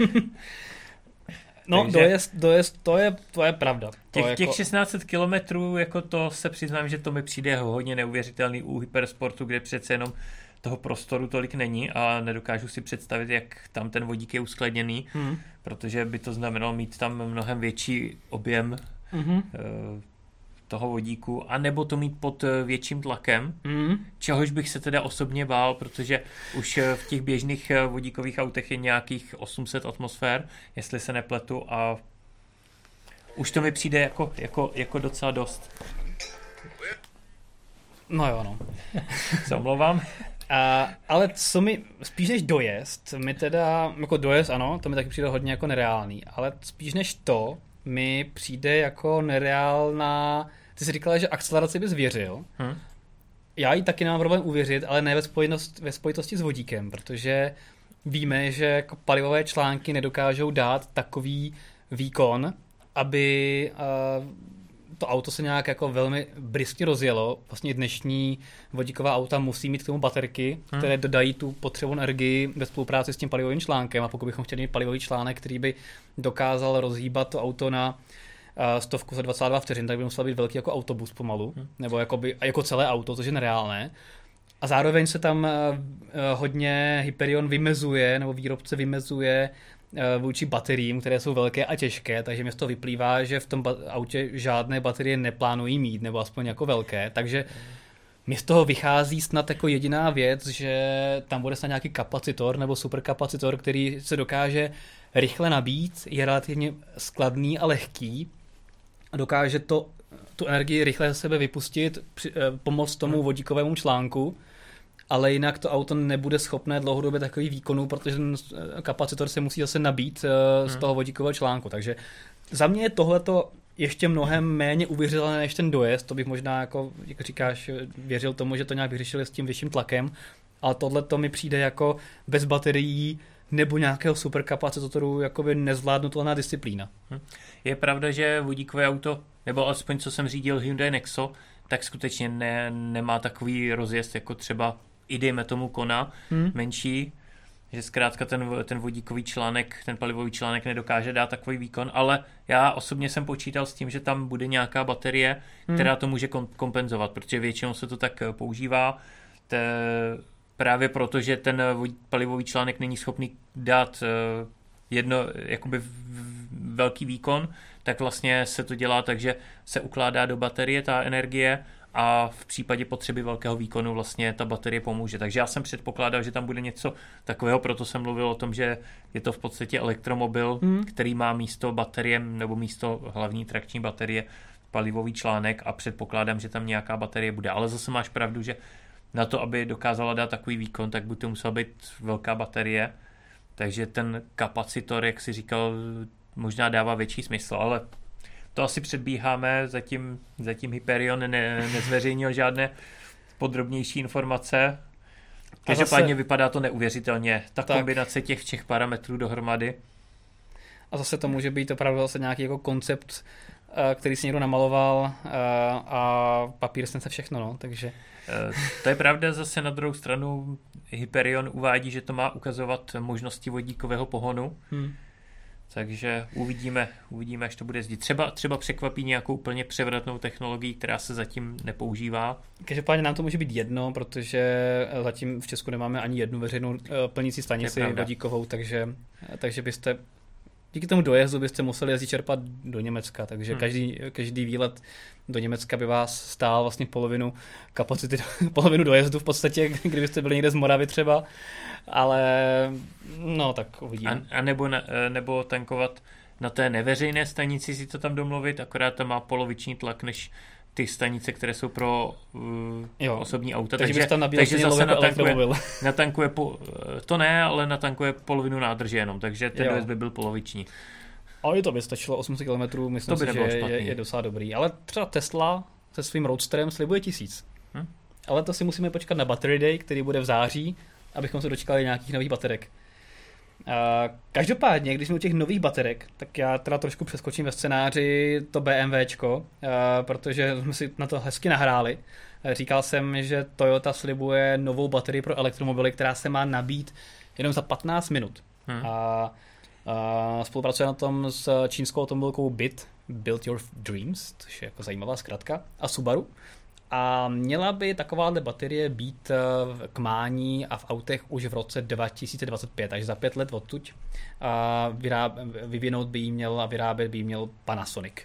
no, Takže... dojezd, dojezd, to je, to je pravda. To těch, jako... těch šestnáct set kilometrů, jako to se přiznám, že to mi přijde hodně neuvěřitelný u Hypersportu, kde přece jenom toho prostoru tolik není a nedokážu si představit, jak tam ten vodík je uskladněný, hmm. protože by to znamenalo mít tam mnohem větší objem mm-hmm. toho vodíku, anebo to mít pod větším tlakem, mm-hmm. čehož bych se teda osobně bál, protože už v těch běžných vodíkových autech je nějakých osm set atmosfér, jestli se nepletu, a už to mi přijde jako, jako, jako docela dost. No jo, no. Se omlouvám. A, ale co mi, spíš než dojezd, mi teda, jako dojezd ano, to mi taky přijde hodně jako nereálný, ale spíš než to mi přijde jako nereálná, ty jsi říkala, že akceleraci bys věřil, hmm. já jí taky nemám problém uvěřit, ale ne ve spojitosti, ve spojitosti s vodíkem, protože víme, že jako palivové články nedokážou dát takový výkon, aby uh, to auto se nějak jako velmi briskně rozjelo. Vlastně dnešní vodíková auta musí mít k tomu baterky, hmm. které dodají tu potřebnou energii ve spolupráci s tím palivovým článkem. A pokud bychom chtěli mít palivový článek, který by dokázal rozhýbat to auto na uh, stovku za dvacet dva vteřin, tak by musel být velký jako autobus pomalu, hmm. nebo jakoby, jako celé auto, což je nereálné. A zároveň se tam uh, hodně Hyperion vymezuje, nebo výrobce vymezuje vůči bateriím, které jsou velké a těžké, takže mi z toho vyplývá, že v tom autě žádné baterie neplánují mít, nebo aspoň jako velké, takže mi z toho vychází snad jako jediná věc, že tam bude snad nějaký kapacitor nebo superkapacitor, který se dokáže rychle nabít, je relativně skladný a lehký a dokáže to, tu energii rychle ze sebe vypustit, při, pomoct tomu vodíkovému článku, ale jinak to auto nebude schopné dlouhodobě takový výkonu, protože ten kapacitor se musí zase nabít uh, z toho vodíkového článku. Takže za mě je tohleto ještě mnohem méně uvěřitelné než ten dojezd. To bych možná, jako, jak říkáš, věřil tomu, že to nějak vyřešili s tím vyšším tlakem, ale tohleto mi přijde jako bez baterií nebo nějakého superkapacitoru jakoby nezvládnutelná disciplína. Je pravda, že vodíkové auto, nebo alespoň co jsem řídil Hyundai Nexo, tak skutečně ne, nemá takový rozjezd jako třeba i dejme tomu Kona, hmm. menší, že zkrátka ten, ten vodíkový článek, ten palivový článek nedokáže dát takový výkon, ale já osobně jsem počítal s tím, že tam bude nějaká baterie, hmm. která to může kompenzovat, protože většinou se to tak používá, te, právě proto, že ten palivový článek není schopný dát jedno, jakoby velký výkon, tak vlastně se to dělá tak, že se ukládá do baterie ta energie a v případě potřeby velkého výkonu vlastně ta baterie pomůže. Takže já jsem předpokládal, že tam bude něco takového, proto jsem mluvil o tom, že je to v podstatě elektromobil, hmm. který má místo baterie nebo místo hlavní trakční baterie palivový článek a předpokládám, že tam nějaká baterie bude. Ale zase máš pravdu, že na to, aby dokázala dát takový výkon, tak by to musela být velká baterie. Takže ten kapacitor, jak jsi říkal, možná dává větší smysl, ale to asi předbíháme, zatím, zatím Hyperion ne, nezveřejnil žádné podrobnější informace. Každopádně zase vypadá to neuvěřitelně. Ta tak. kombinace těch všech parametrů dohromady. A zase to může být opravdu zase nějaký jako koncept, který si někdo namaloval a papír snese všechno, no, takže... To je pravda, zase na druhou stranu Hyperion uvádí, že to má ukazovat možnosti vodíkového pohonu. Hmm. Takže uvidíme, uvidíme, až to bude jezdit. Třeba, třeba překvapí nějakou úplně převratnou technologií, která se zatím nepoužívá. Každopádně nám to může být jedno, protože zatím v Česku nemáme ani jednu veřejnou plnící stanici vodíkovou, takže, takže byste díky tomu dojezdu byste museli jezdit čerpat do Německa, takže hmm. každý, každý výlet do Německa by vás stál vlastně polovinu kapacity, polovinu dojezdu v podstatě, kdybyste byli někde z Moravy třeba, ale no tak uvidíme. A, a nebo, na, nebo tankovat na té neveřejné stanici, si to tam domluvit, akorát tam má poloviční tlak než ty stanice, které jsou pro uh, osobní auta. Takže, takže, tam takže zase jako natankuje, natankuje po, to ne, ale natankuje polovinu nádrže jenom, takže ten dojezd by byl poloviční. Ale to by stačilo osm set kilometrů, myslím si, že je, je docela dobrý. Ale třeba Tesla se svým Roadsterem slibuje tisíc. Hm? Ale to si musíme počkat na Battery Day, který bude v září, abychom se dočkali nějakých nových baterek. Uh, každopádně, když jsme u těch nových baterek, tak já teda trošku přeskočím ve scénáři to BMWčko, uh, protože jsme si na to hezky nahráli. Uh, říkal jsem, že Toyota slibuje novou baterii pro elektromobily, která se má nabít jenom za patnáct minut. Hmm. A uh, spolupracuje na tom s čínskou automobilkou B I T, Build Your Dreams, což je jako zajímavá zkratka, a Subaru. A měla by takováhle baterie být k mání a v autech už v roce dva tisíce dvacet pět, až za pět let odtud. A vyráb, vyvinout by jí měl a vyrábět by jí měl Panasonic.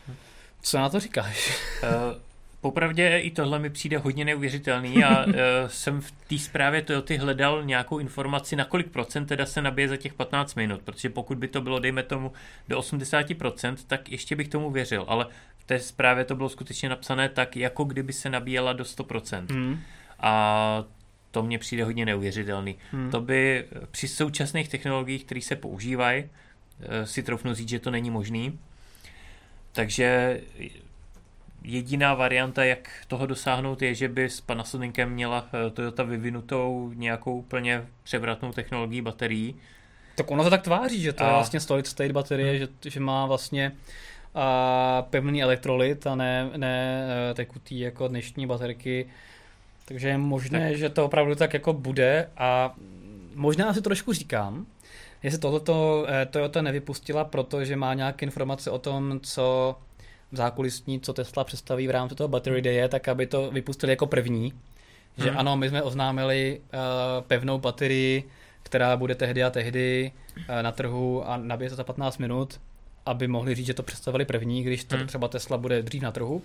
Co na to říkáš? Uh, popravdě i tohle mi přijde hodně neuvěřitelný. Já uh, jsem v té zprávě Toyoty hledal nějakou informaci, na kolik procent teda se nabije za těch patnáct minut, protože pokud by to bylo, dejme tomu, do osmdesát procent, tak ještě bych tomu věřil, ale v té zprávě to bylo skutečně napsané tak, jako kdyby se nabíjela do sto procent. Mm. A to mně přijde hodně neuvěřitelný. Hmm. To by při současných technologiích, které se používají, si troufnu říct, že to není možný. Takže jediná varianta, jak toho dosáhnout, je, že by s Panasonicem měla Toyota vyvinutou nějakou úplně převratnou technologii baterií. Tak ono se tak tváří, že to a... je vlastně solid state baterie, hmm. že, že má vlastně a pevný elektrolyt a ne, ne tekutý jako dnešní baterky. Takže je možné, tak. že to opravdu tak jako bude a možná si trošku říkám, jestli tohleto Toyota nevypustila, protože má nějaké informace o tom, co v zákulisní, co Tesla představí v rámci toho Battery Daye, tak aby to vypustili jako první. Že hmm. ano, my jsme oznámili uh, pevnou baterii, která bude tehdy a tehdy uh, na trhu a nabije to za patnáct minut, aby mohli říct, že to představili první, když to hmm. třeba Tesla bude dřív na trhu.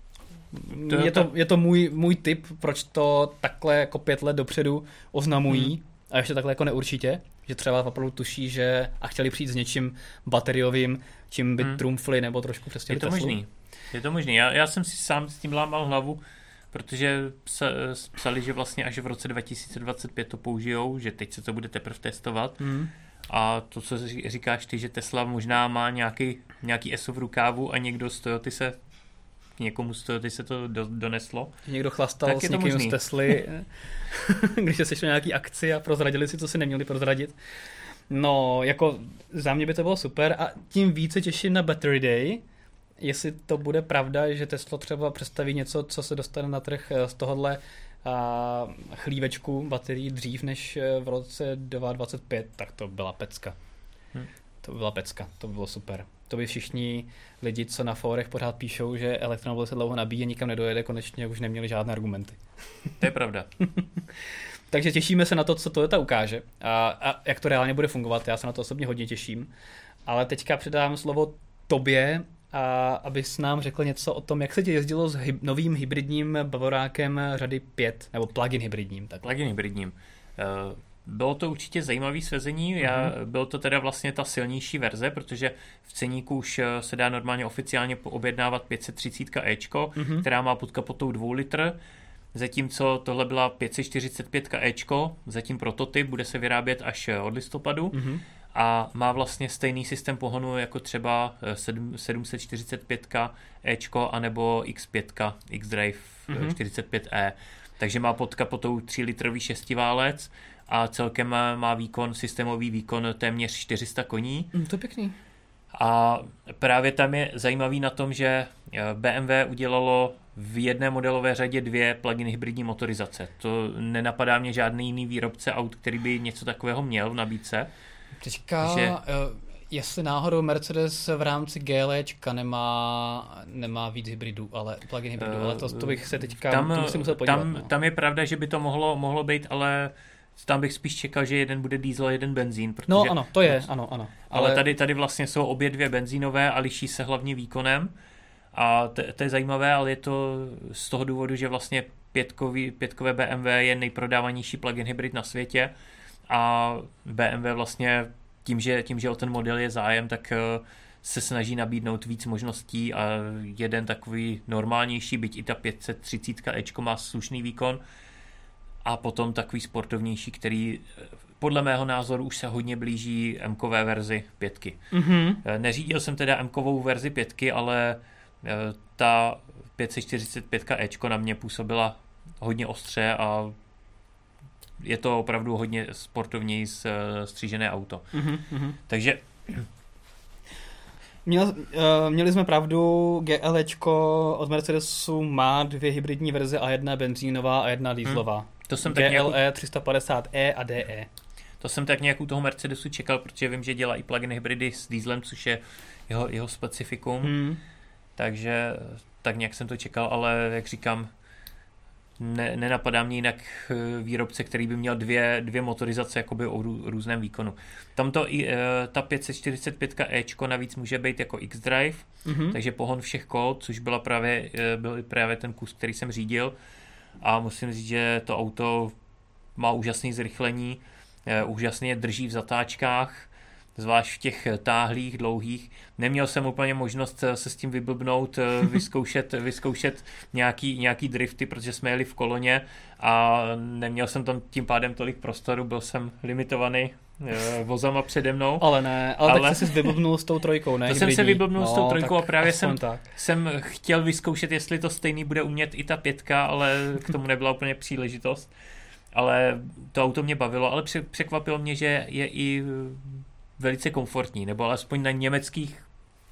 To je, to, je to můj, můj tip, proč to takhle jako pět let dopředu oznamují hmm. a ještě takhle jako neurčitě, že třeba opravdu tuší, že a chtěli přijít s něčím bateriovým, čím by hmm. trumfli nebo trošku přestěli Je to Teslu. možný. Je to možný. Já, já jsem si sám s tím lámal hlavu, protože psa, psali, že vlastně až v roce dva tisíce dvacet pět to použijou, že teď se to bude teprve testovat. Hmm. A to, co říkáš ty, že Tesla možná má nějaký, nějaký ESO v rukávu a někdo z Toyoty se k někomu z Toyoty se to do, doneslo. Někdo chlastal s někým z Tesly, když se sešli nějaký akci a prozradili si, co si neměli prozradit. No, jako za mě by to bylo super a tím více těším na Battery Day, jestli to bude pravda, že Tesla třeba představí něco, co se dostane na trh z tohohle a chlívečku baterií dřív než v roce dva tisíce dvacet pět, tak to byla pecka. Hmm. To byla pecka, to by bylo super. To by všichni lidi, co na fórech pořád píšou, že elektromobil se dlouho nabíje, nikam nedojede, konečně už neměli žádné argumenty. To je pravda. Takže těšíme se na to, co Toyota ukáže a, a jak to reálně bude fungovat. Já se na to osobně hodně těším. Ale teďka předám slovo tobě, a abys nám řekl něco o tom, jak se ti jezdilo s hyb- novým hybridním bavorákem řady pět, nebo plug-in hybridním. Tak. Plug-in hybridním. Uh... Bylo to určitě zajímavé svezení, Já, bylo to teda vlastně ta silnější verze, protože v ceníku už se dá normálně oficiálně objednávat pět set třicet Ečko, mm-hmm. která má pod kapotou dva litr, zatímco tohle byla pět set čtyřicet pět Ečko, zatím prototyp, bude se vyrábět až od listopadu mm-hmm. a má vlastně stejný systém pohonu jako třeba sedm set čtyřicet pět Ečko anebo X pět, X-Drive mm-hmm. čtyřicet pět E, takže má pod kapotou tři litrový šestiválec, a celkem má výkon, systémový výkon téměř čtyři sta koní. Mm, to je pěkný. A právě tam je zajímavý na tom, že bé em vé udělalo v jedné modelové řadě dvě plug-in hybridní motorizace. To nenapadá mě žádný jiný výrobce aut, který by něco takového měl v nabídce. Teďka, že... jestli náhodou Mercedes v rámci GLEčka nemá, nemá víc hybridů, ale plug-in hybridů, uh, ale to, to bych se teďka tam, to musel podívat. Tam, no. tam je pravda, že by to mohlo, mohlo být, ale tam bych spíš čekal, že jeden bude diesel a jeden benzín. Protože, no ano, to je, ano, ano. Ale, ale tady, tady vlastně jsou obě dvě benzínové a liší se hlavně výkonem. A to, to je zajímavé, ale je to z toho důvodu, že vlastně pětkový, pětkové bé em vé je nejprodávanější plug-in hybrid na světě a bé em vé vlastně tím, že, tím, že o ten model je zájem, tak se snaží nabídnout víc možností a jeden takový normálnější, byť i ta pět set třicet Ečko má slušný výkon, a potom takový sportovnější, který podle mého názoru už se hodně blíží M-kové verzi pětky. Mm-hmm. Neřídil jsem teda M-kovou verzi pětky, ale ta pět set čtyřicet pět Ečko na mě působila hodně ostře a je to opravdu hodně sportovněji střížené auto. Mm-hmm. Takže Měl, uh, měli jsme pravdu, GLEčko od Mercedesu má dvě hybridní verze a jedna benzínová a jedna dieselová. Hmm. To jsem G L E tak nějakou... tři sta padesát E a D E. To jsem tak nějak u toho Mercedesu čekal, protože vím, že dělá i plug-in hybridy s dieselem, což je jeho, jeho specifikum. Hmm. Takže tak nějak jsem to čekal, ale jak říkám, ne, nenapadá mě jinak výrobce, který by měl dvě, dvě motorizace jakoby o rů, různém výkonu. Tamto i ta pět set čtyřicet pět Ečko navíc může být jako X-Drive, mm-hmm. takže pohon všech kol, což byla právě, byl právě ten kus, který jsem řídil. A musím říct, že to auto má úžasné zrychlení, úžasně drží v zatáčkách, zvlášť v těch táhlých, dlouhých. Neměl jsem úplně možnost se s tím vyblbnout, vyzkoušet, vyzkoušet nějaký, nějaký drifty, protože jsme jeli v koloně a neměl jsem tam tím pádem tolik prostoru, byl jsem limitovaný vozama přede mnou. Ale ne, ale, ale tak jsi se vyblbnul s tou trojkou, ne? To jsem se vyblbnul no, s tou trojkou a právě jsem, tak. jsem chtěl vyzkoušet, jestli to stejný bude umět i ta pětka, ale k tomu nebyla úplně příležitost. Ale to auto mě bavilo, ale překvapilo mě, že je i velice komfortní, nebo alespoň na německých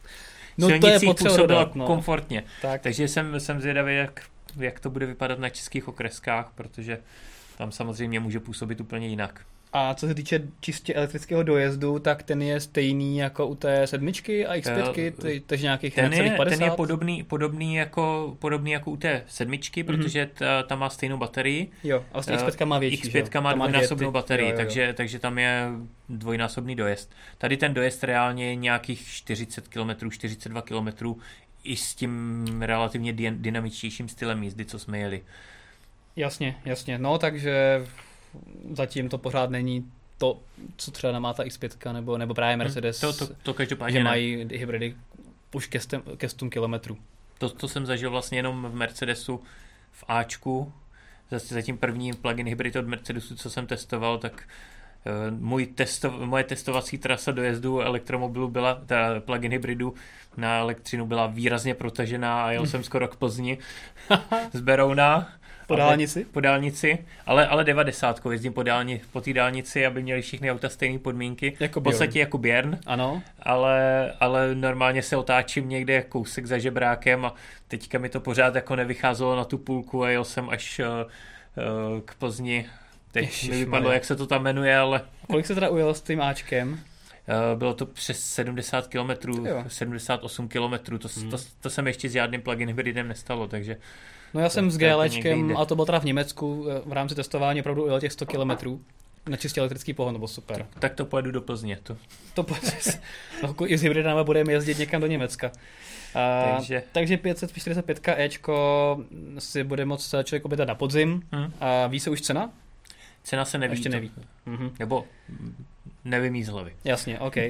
no silnicích působilo dodat, no. komfortně. Tak. Takže jsem, jsem zvědavý, jak, jak to bude vypadat na českých okreskách, protože tam samozřejmě může působit úplně jinak. A co se týče čistě elektrického dojezdu, tak ten je stejný jako u té sedmičky a X pět, takže nějakých ten je, padesát? Ten je podobný, podobný, jako, podobný jako u té sedmičky, mm-hmm. protože ta, ta má stejnou baterii. Jo, a vlastně X pět má větší. X pět má dvojnásobnou baterii, jo, jo, jo. Takže, takže tam je dvojnásobný dojezd. Tady ten dojezd reálně je nějakých čtyřicet kilometrů, čtyřicet dva kilometrů i s tím relativně dynamičtějším stylem jízdy, co jsme jeli. Jasně, jasně. No, takže zatím to pořád není to, co třeba nemá ta X pět nebo, nebo právě Mercedes, to, to, to každopádně že mají hybridy už ke, stem, ke stu kilometrů. To, to jsem zažil vlastně jenom v Mercedesu v Ačku. Zase zatím první plug-in hybrid od Mercedesu, co jsem testoval, tak uh, můj testo, moje testovací trasa dojezdu elektromobilu byla, ta plug-in hybridu na elektřinu byla výrazně protažená a jel jsem skoro k Plzni z Berouna. Po dálnici? Po dálnici, ale, ale devadesátkou jezdím po, dálni, po té dálnici, aby měli všichni auta stejné podmínky. Jako v podstatě jako Björn. Ano. Ale, ale normálně se otáčím někde kousek za žebrákem a teďka mi to pořád jako nevycházelo na tu půlku a jel jsem až uh, uh, k Plzni. Teď Ježiš, mi vypadlo, jak se to tam jmenuje, ale... Kolik se teda ujel s tím Ačkem? Uh, bylo to přes sedmdesát kilometrů, sedmdesát osm kilometrů, to, hmm. to, to se mi ještě s žádným plug-in hybridem nestalo, takže... No já jsem s GLčkem, a to bylo teda v Německu, v rámci testování opravdu ujel těch sto kilometrů na čistě elektrický pohon, to bylo super. Tak, tak to pojedu do Plzně. To, to no, i s hybridama budeme jezdit někam do Německa. A, takže. takže pět set čtyřicet pět Ečko si bude moct člověk objednat na podzim. Hmm. A ví se už cena? Cena se neví. Ještě neví. Mhm. Nebo nevím jí z hlavy. Jasně, OK.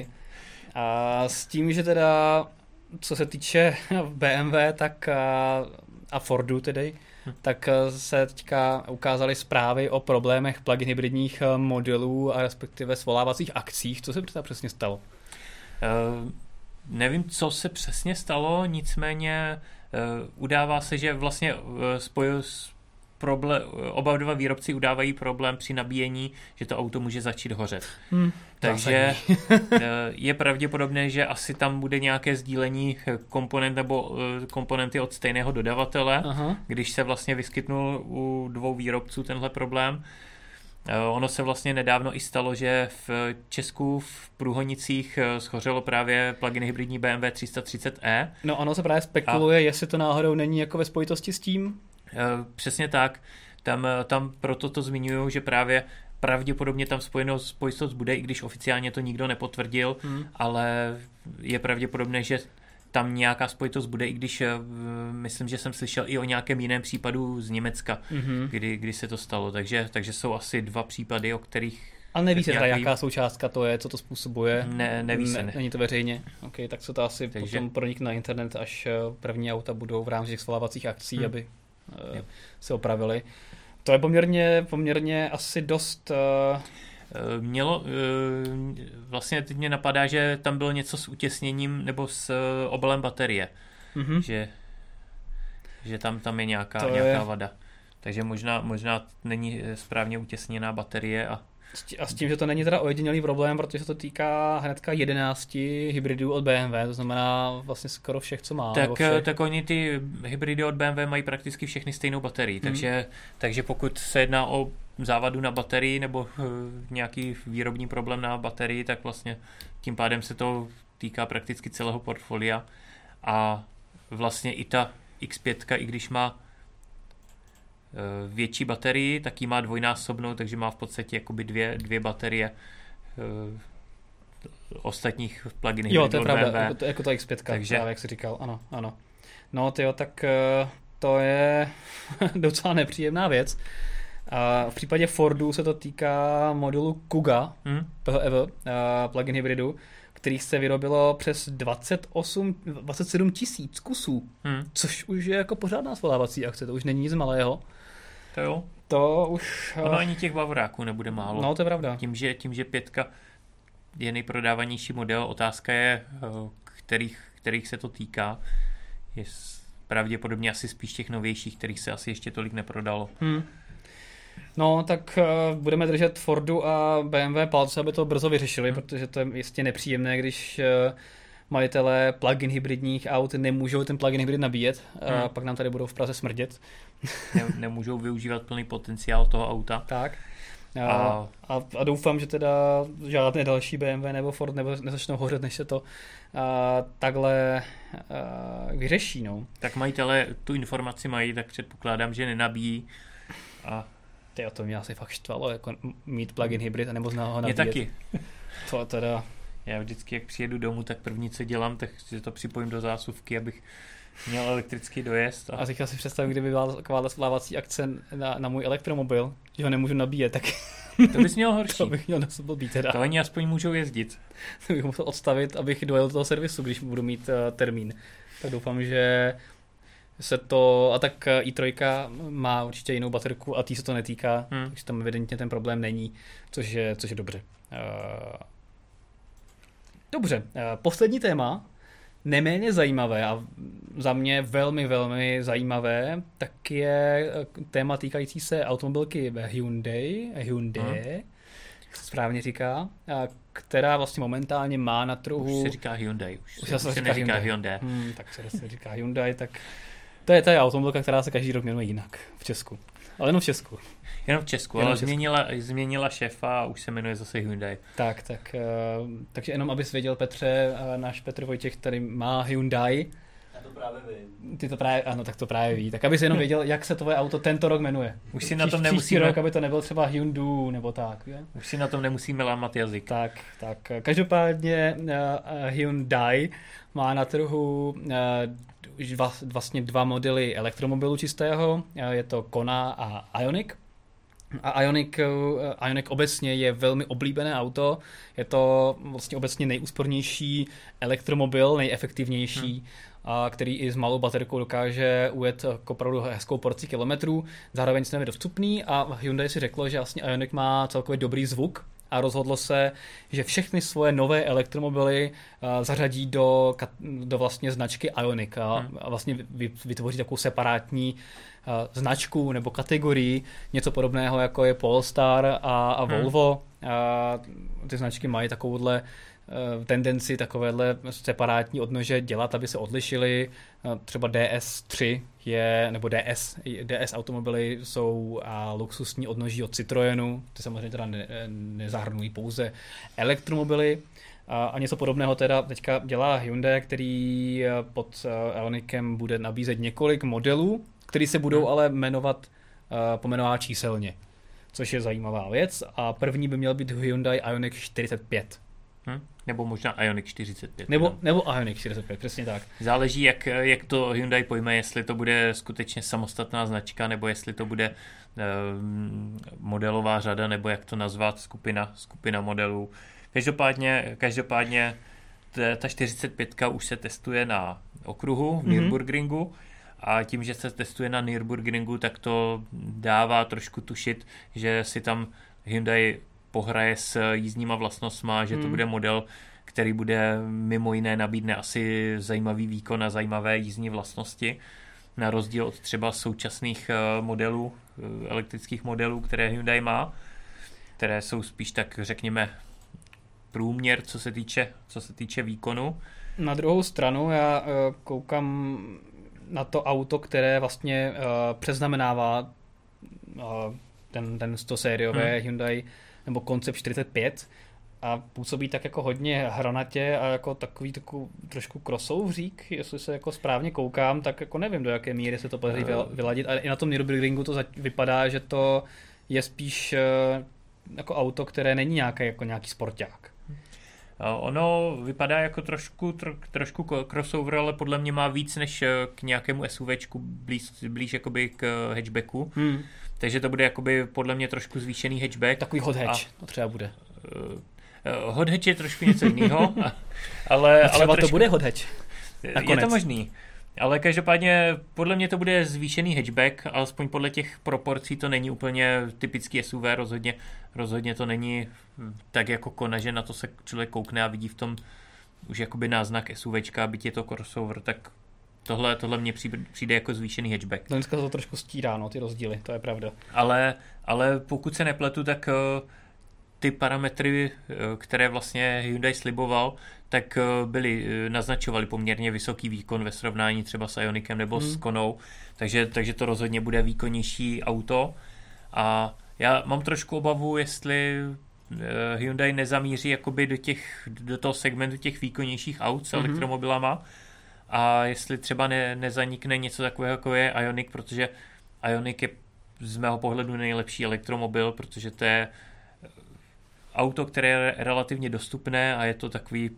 A s tím, že teda, co se týče B M W, tak a, a Fordu tedy, hm. tak se teďka ukázaly zprávy o problémech plug-in hybridních modelů a respektive svolávacích akcích. Co se teda přesně stalo? Uh, nevím, co se přesně stalo, nicméně uh, udává se, že vlastně uh, spoju s Problém, oba dva výrobci udávají problém při nabíjení, že to auto může začít hořet. Hmm, Takže je pravděpodobné, že asi tam bude nějaké sdílení komponent nebo komponenty od stejného dodavatele, aha. když se vlastně vyskytnul u dvou výrobců tenhle problém. Ono se vlastně nedávno i stalo, že v Česku v Průhonicích schořelo právě plug-in hybridní B M W tři sta třicet E. No ono se právě spekuluje, a... jestli to náhodou není jako ve spojitosti s tím. Přesně tak. Tam, tam proto to zmiňuju, že právě pravděpodobně tam spojenost, spojitost bude, i když oficiálně to nikdo nepotvrdil, hmm. ale je pravděpodobné, že tam nějaká spojitost bude, i když myslím, že jsem slyšel i o nějakém jiném případu z Německa, hmm. kdy, kdy se to stalo. Takže, takže jsou asi dva případy, o kterých... A neví se teda, nějaký... jaká součástka to je, co to způsobuje? Ne, neví se. Ne. Není to veřejně? OK, tak se to asi takže... potom pronikne na internet, až první auta budou v rámci těch svolávacích akcí, hmm. aby uh, se opravili. To je poměrně, poměrně asi dost... Uh... Mělo, vlastně teď mě napadá, že tam bylo něco s utěsněním nebo s obalem baterie, mm-hmm. že, že tam, tam je nějaká, nějaká je... vada. Takže možná, možná není správně utěsněná baterie a A s tím, že to není teda ojedinělý problém, protože se to týká hnedka jedenácti hybridů od B M W, to znamená vlastně skoro všech, co má. Tak, tak oni ty hybridy od B M W mají prakticky všechny stejnou baterii, hmm. takže, takže pokud se jedná o závadu na baterii nebo uh, nějaký výrobní problém na baterii, tak vlastně tím pádem se to týká prakticky celého portfolia a vlastně i ta X pět, i když má větší baterii, tak ji má dvojnásobnou, takže má v podstatě jakoby dvě, dvě baterie uh, ostatních plug-in hybridů. Jo, to je pravda, jako, jako ta X pět, takže... právě, jak jsi říkal, ano, ano. No tyjo, tak uh, to je docela nepříjemná věc. A v případě Fordu se to týká modulu Kuga, hmm. P H E V, plug-in hybridu, kterých se vyrobilo přes dvacet osm, dvacet sedm tisíc kusů, hmm. což už je jako pořádná svolávací akce, to už není nic malého. To jo. To už... Ono ani těch Bavoráků nebude málo. No, to je pravda. Tím, že, tím, že pětka je nejprodávanější model, otázka je, kterých, kterých se to týká. Je pravděpodobně asi spíš těch novějších, kterých se asi ještě tolik neprodalo. Hmm. No, tak uh, budeme držet Fordu a B M W palce, aby to brzo vyřešili, hmm. protože to je jistě nepříjemné, když uh, majitelé plug-in hybridních aut nemůžou ten plug-in hybrid nabíjet hmm. a pak nám tady budou v Praze smrdět. Ne, nemůžou využívat plný potenciál toho auta. Tak. A, a, a doufám, že teda žádné další B M W nebo Ford nebo nezačnou hořet, než se to a, takhle a, vyřeší. No. Tak majitelé tu informaci mají, tak předpokládám, že nenabíjí. A... Tyjo, to mě asi fakt štvalo, jako mít plug-in hybrid a nebo zná ho nabíjet. Mě taky. To teda... Já vždycky, jak přijedu domů, tak první, co dělám, tak si to připojím do zásuvky, abych měl elektrický dojezd. A, a teďka si představím, kdyby byla taková svolávací akce na, na můj elektromobil, že ho nemůžu nabíjet, tak... To bys měl horší. To bych měl na sobě být teda. To oni aspoň můžou jezdit. To bych musel odstavit, abych dojel do toho servisu, když budu mít uh, termín. Tak doufám, že se to... A tak i tři má určitě jinou baterku a tý se to netýká, hmm. takže tam evidentně ten problém není, což je, což je dobře. Uh, dobře, uh, poslední téma, neméně zajímavé a za mě velmi, velmi zajímavé, tak je téma týkající se automobilky Hyundai, Hyundai, hmm. jak se správně říká, která vlastně momentálně má na trhu... Už se říká Hyundai, už, už se, se, se neříká Hyundai. Hyundai. Hmm, tak se, se říká Hyundai, tak to je ta automobilka, která se každý rok jmenuje jinak v Česku. Ale jenom v Česku. Jenom v Česku, jenom ale v Česku. Změnila, změnila šéfa a už se jmenuje zase Hyundai. Tak, tak, uh, takže jenom abys věděl, Petře, uh, náš Petr Vojtěch tady má Hyundai. Já to právě vím. Ty to právě, ano, tak to právě ví. Tak abys jenom věděl, jak se tvoje auto tento rok jmenuje. Už si na tom nemusíme... rok, aby to nebyl třeba Hyundai nebo tak. Je? Už si na tom nemusíme lámat jazyk. Tak, tak. Každopádně uh, Hyundai má na trhu uh, dva, vlastně dva modely elektromobilu čistého. Uh, je to Kona a Ioniq. A Ioniq, Ioniq obecně je velmi oblíbené auto, je to vlastně obecně nejúspornější elektromobil, nejefektivnější, hmm. a který i s malou baterkou dokáže ujet opravdu hezkou porci kilometrů, zároveň cenově dostupný a Hyundai si řeklo, že vlastně Ioniq má celkově dobrý zvuk a rozhodlo se, že všechny svoje nové elektromobily uh, zařadí do, do vlastně značky Ioniq a, hmm. a vlastně vytvoří takovou separátní uh, značku nebo kategorii, něco podobného jako je Polestar a, a hmm. Volvo. A ty značky mají takovouhle uh, tendenci takovéhle separátní odnože dělat, aby se odlišily. Uh, třeba D S tři je, nebo D S, D S automobily jsou a luxusní odnoží od Citroenu, ty samozřejmě teda ne, nezahrnují pouze elektromobily. A, a něco podobného teda teďka dělá Hyundai, který pod Ioniqem bude nabízet několik modelů, který se budou hmm. ale jmenovat uh, pomenová číselně, což je zajímavá věc. A první by měl být Hyundai Ioniq čtyřicet pět. Hmm? Nebo možná Ioniq čtyřicet pět. Nebo, nebo Ioniq čtyřicet pět, přesně tak. Záleží, jak, jak to Hyundai pojme, jestli to bude skutečně samostatná značka, nebo jestli to bude uh, modelová řada, nebo jak to nazvat, skupina, skupina modelů. Každopádně, každopádně ta čtyřicet pět už se testuje na okruhu v mm-hmm. Nürburgringu a tím, že se testuje na Nürburgringu, tak to dává trošku tušit, že si tam Hyundai pohraje s jízdníma vlastnostma, že to hmm. bude model, který bude mimo jiné nabídne asi zajímavý výkon a zajímavé jízdní vlastnosti, na rozdíl od třeba současných modelů, elektrických modelů, které Hyundai má, které jsou spíš tak, řekněme, průměr, co se týče, co se týče výkonu. Na druhou stranu já koukám na to auto, které vlastně přeznamenává ten, ten sto sériové hmm. Hyundai nebo koncept čtyřicet pět a působí tak jako hodně hranatě a jako takový takový trošku crossoveřík, jestli se jako správně koukám, tak jako nevím, do jaké míry se to podaří vyladit. A i na tom Nürburgringu to vypadá, že to je spíš jako auto, které není nějaké, jako nějaký sporták. Ono vypadá jako trošku, tro, trošku crossover, ale podle mě má víc než k nějakému SUVčku blíž, blíž jakoby k hatchbacku. Hmm. Takže to bude jakoby podle mě trošku zvýšený hatchback. Takový hot hatch, a, to třeba bude. Uh, hot hatch je trošku něco jiného, ale, ale třeba trošku, to bude hot hatch. Nakonec. Je to možný. Ale každopádně podle mě to bude zvýšený hatchback, alespoň podle těch proporcí to není úplně typický S U V, rozhodně, rozhodně to není tak jako Kona, že na to se člověk koukne a vidí v tom už jakoby náznak SUVčka, byť je to crossover, tak tohle, tohle mně přijde jako zvýšený hatchback. Dneska to trošku stírá, no, ty rozdíly, to je pravda. Ale, ale pokud se nepletu, tak ty parametry, které vlastně Hyundai sliboval, tak byly, naznačovali poměrně vysoký výkon ve srovnání třeba s Ioniqem nebo hmm. s Konou, takže, takže to rozhodně bude výkonnější auto. A já mám trošku obavu, jestli Hyundai nezamíří jakoby do, těch, do toho segmentu těch výkonnějších aut s hmm. elektromobilama a jestli třeba ne, nezanikne něco takového, jako je Ioniq, protože Ioniq je z mého pohledu nejlepší elektromobil, protože to je auto, které je relativně dostupné a je to takový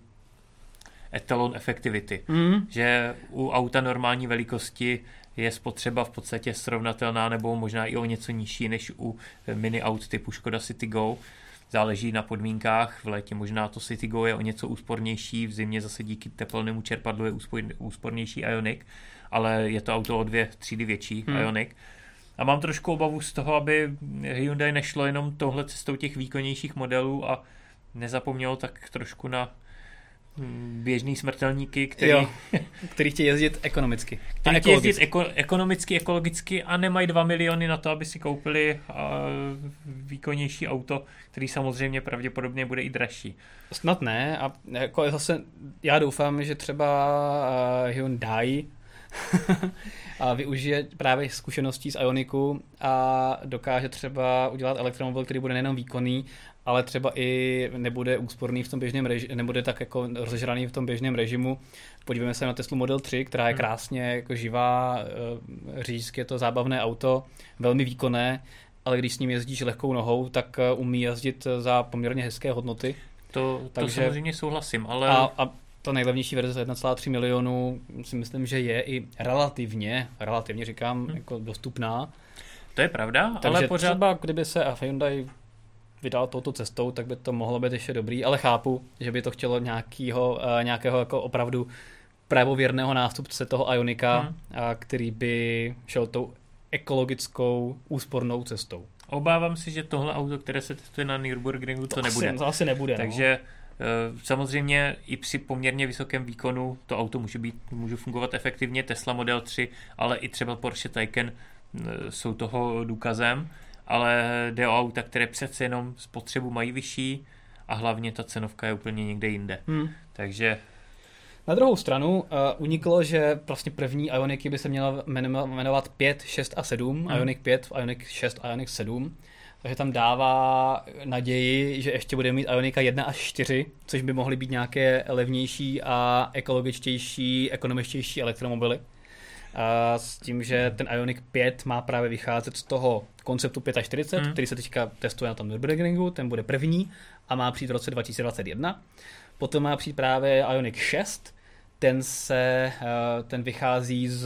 etalon efektivity. Mm. Že u auta normální velikosti je spotřeba v podstatě srovnatelná nebo možná i o něco nižší než u mini aut typu Škoda Citigo. Záleží na podmínkách. V létě možná to Citigo je o něco úspornější, v zimě zase díky teplnému čerpadlu je úspornější Ioniq, ale je to auto o dvě třídy větší mm. Ioniq. A mám trošku obavu z toho, aby Hyundai nešlo jenom touhle cestou těch výkonnějších modelů a nezapomnělo tak trošku na běžný smrtelníky, který, jo, který chtějí jezdit ekonomicky. Který chtějí jezdit eko, ekonomicky, ekologicky a nemají dva miliony na to, aby si koupili uh, výkonnější auto, který samozřejmě pravděpodobně bude i dražší. Snad ne. A jako zase já doufám, že třeba uh, Hyundai a využije právě zkušeností z Ioniqu a dokáže třeba udělat elektromobil, který bude nejenom výkonný, ale třeba i nebude úsporný v tom běžném režimu, nebude tak jako rozežraný v tom běžném režimu. Podívejme se na Teslu Model tři, která je krásně jako živá, říct, je to zábavné auto, velmi výkonné, ale když s ním jezdíš lehkou nohou, tak umí jezdit za poměrně hezké hodnoty. To, to Takže, samozřejmě souhlasím, ale... A, a ta nejlevnější verze za jedna celá tři milionu si myslím, že je i relativně, relativně říkám, hmm. jako dostupná. To je pravda, takže ale pořád... třeba kdyby se Hyundai vydal touto cestou, tak by to mohlo být ještě dobrý, ale chápu, že by to chtělo nějakýho, uh, nějakého jako opravdu pravověrného nástupce toho Ioniqa, hmm. a který by šel tou ekologickou úspornou cestou. Obávám se, že tohle auto, které se testuje na Nürburgringu, to, to nebude. Asi, to asi nebude. Takže no. Samozřejmě i při poměrně vysokém výkonu to auto může být, může fungovat efektivně, Tesla Model tři, ale i třeba Porsche Taycan jsou toho důkazem, ale jde o auta, které přece jenom spotřebu mají vyšší a hlavně ta cenovka je úplně někde jinde. Hmm. Takže na druhou stranu uh, uniklo, že vlastně první Ioniqy by se měla jmenovat pět, šest a sedm, hmm. Ioniq pět, Ioniq šest a Ioniq sedm. Takže tam dává naději, že ještě bude mít Ionika jedna až čtyři, což by mohly být nějaké levnější a ekologičtější, ekonomičtější elektromobily. A s tím, že ten Ioniq pět má právě vycházet z toho konceptu čtyřicet pět, hmm. který se teďka testuje na tom Nürburgringu, ten bude první a má přijít v roce dva tisíce dvacet jedna. Potom má přijít právě Ioniq šest, ten, se, ten vychází z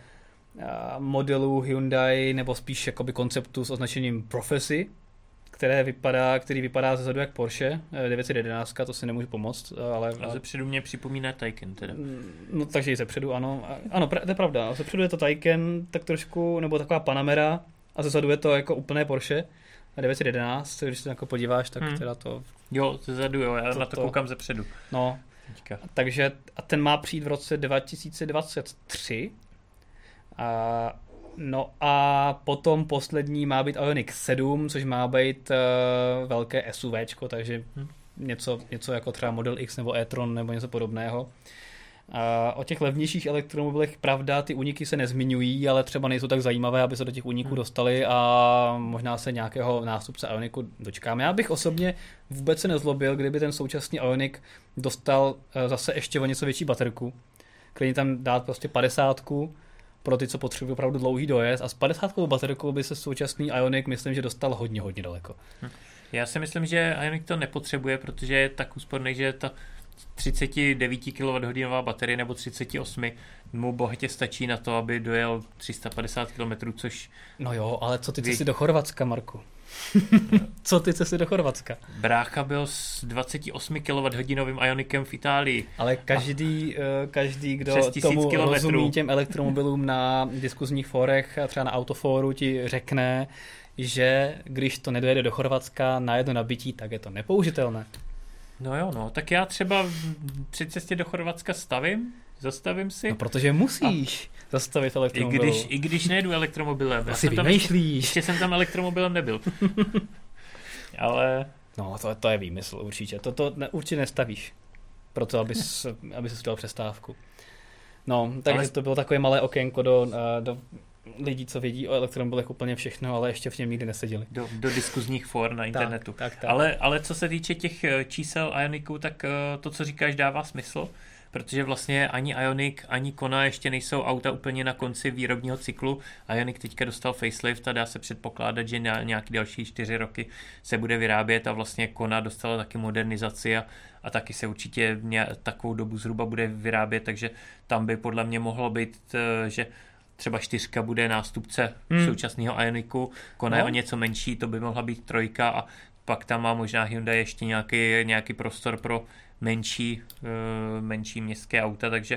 modelu Hyundai, nebo spíš jakoby konceptu s označením Prophecy, které vypadá, který vypadá zezadu jak Porsche devět set jedenáct, to si nemůžu pomoct. Ale, a zepředu mě připomíná Taycan teda. No takže i zepředu, ano. Ano, to je pravda. Zepředu je to Taycan, tak trošku, nebo taková Panamera, a zezadu je to jako úplné Porsche devět set jedenáct, když se jako podíváš, tak hmm. teda to... Jo, zezadu, jo, já to, na to, to koukám zepředu. No, teďka. Takže a ten má přijít v roce dva tisíce dvacet tři. A, no a potom poslední má být Ioniq sedm, což má být uh, velké SUVčko, takže hmm. něco, něco jako třeba Model X nebo e-tron nebo něco podobného. A o těch levnějších elektromobilech, pravda, ty úniky se nezmiňují, ale třeba nejsou tak zajímavé, aby se do těch úniků hmm. dostali a možná se nějakého nástupce Ioniqu dočkáme. Já bych osobně vůbec se nezlobil, kdyby ten současný Ioniq dostal uh, zase ještě o něco větší baterku, klidně tam dát prostě padesátku, pro ty, co potřebují opravdu dlouhý dojezd, a s padesátkovou baterkou by se současný Ioniq, myslím, že dostal hodně, hodně daleko. Já si myslím, že Ioniq to nepotřebuje, protože je tak úsporný, že ta třicet devět kilowatthodin baterie nebo třicet osm mu bohatě stačí na to, aby dojel tři sta padesát kilometrů, což... No jo, ale co ty cesty do Chorvatska, Marku? Co ty cesty do Chorvatska? Brácha byl s dvacet osm kilowatthodin Ioniqem v Itálii. Ale každý, a každý kdo tomu kilometrů. rozumí těm elektromobilům na diskuzních fórech a třeba na Autofóru ti řekne, že když to nedojede do Chorvatska na jedno nabití, tak je to nepoužitelné. No jo, no, tak já třeba při cestě do Chorvatska stavím, zastavím si. No protože musíš a zastavit elektromobil. I když, I když nejedu elektromobilem. Asi vymýšlíš. Ještě jsem tam elektromobilem nebyl. Ale... No, to, to je výmysl určitě. To, to ne, určitě nestavíš. Proto, abys, abys si dal přestávku. No, takže ale... to bylo takové malé okénko do, do lidí, co vědí o elektromobilech úplně všechno, ale ještě v něm nikdy neseděli. Do, do diskuzních for na internetu. Tak, tak, tak. Ale, ale co se týče těch čísel Ioniqu, tak to, co říkáš, dává smysl, protože vlastně ani Ioniq, ani Kona ještě nejsou auta úplně na konci výrobního cyklu. Ioniq teďka dostal facelift a dá se předpokládat, že na nějaký další čtyři roky se bude vyrábět a vlastně Kona dostala taky modernizaci a, a taky se určitě takovou dobu zhruba bude vyrábět, takže tam by podle mě mohlo být, že třeba čtyřka bude nástupce hmm. současného Ioniqu, Kona no. je o něco menší, to by mohla být trojka a pak tam má možná Hyundai ještě nějaký, nějaký prostor pro menší, uh, menší městské auta, takže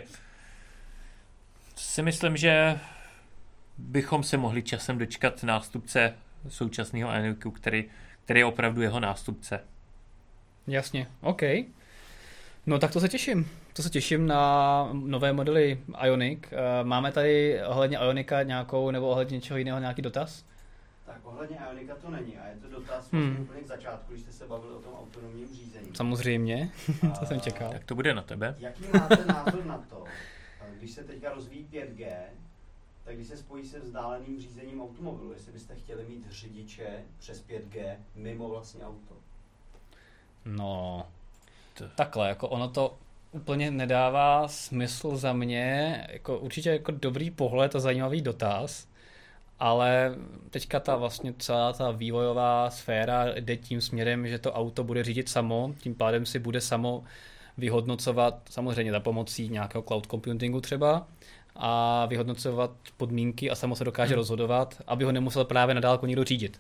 si myslím, že bychom se mohli časem dočkat nástupce současného Ioniqu, který, který je opravdu jeho nástupce. Jasně, OK. No tak to se těším. To se těším na nové modely Ioniq. Máme tady ohledně Ioniqa nějakou, nebo ohledně něčeho jiného nějaký dotaz? Tak ohledně Ioniqa to není a je to dotaz vlastně hmm. úplně k začátku, když jste se bavili o tom autonomním řízení. Samozřejmě, to jsem čekal. Tak to bude na tebe. Jaký máte názor na to, když se teďka rozvíjí pět G, tak když se spojí se vzdáleným řízením automobilu, jestli byste chtěli mít řidiče přes pět G mimo vlastní auto? No, to... takhle, jako ono to úplně nedává smysl za mě, jako určitě jako dobrý pohled a zajímavý dotaz, ale teďka ta vlastně celá ta vývojová sféra jde tím směrem, že to auto bude řídit samo, tím pádem si bude samo vyhodnocovat, samozřejmě za pomocí nějakého cloud computingu třeba, a vyhodnocovat podmínky a samo se dokáže hmm. rozhodovat, aby ho nemusel právě na dálku někdo řídit.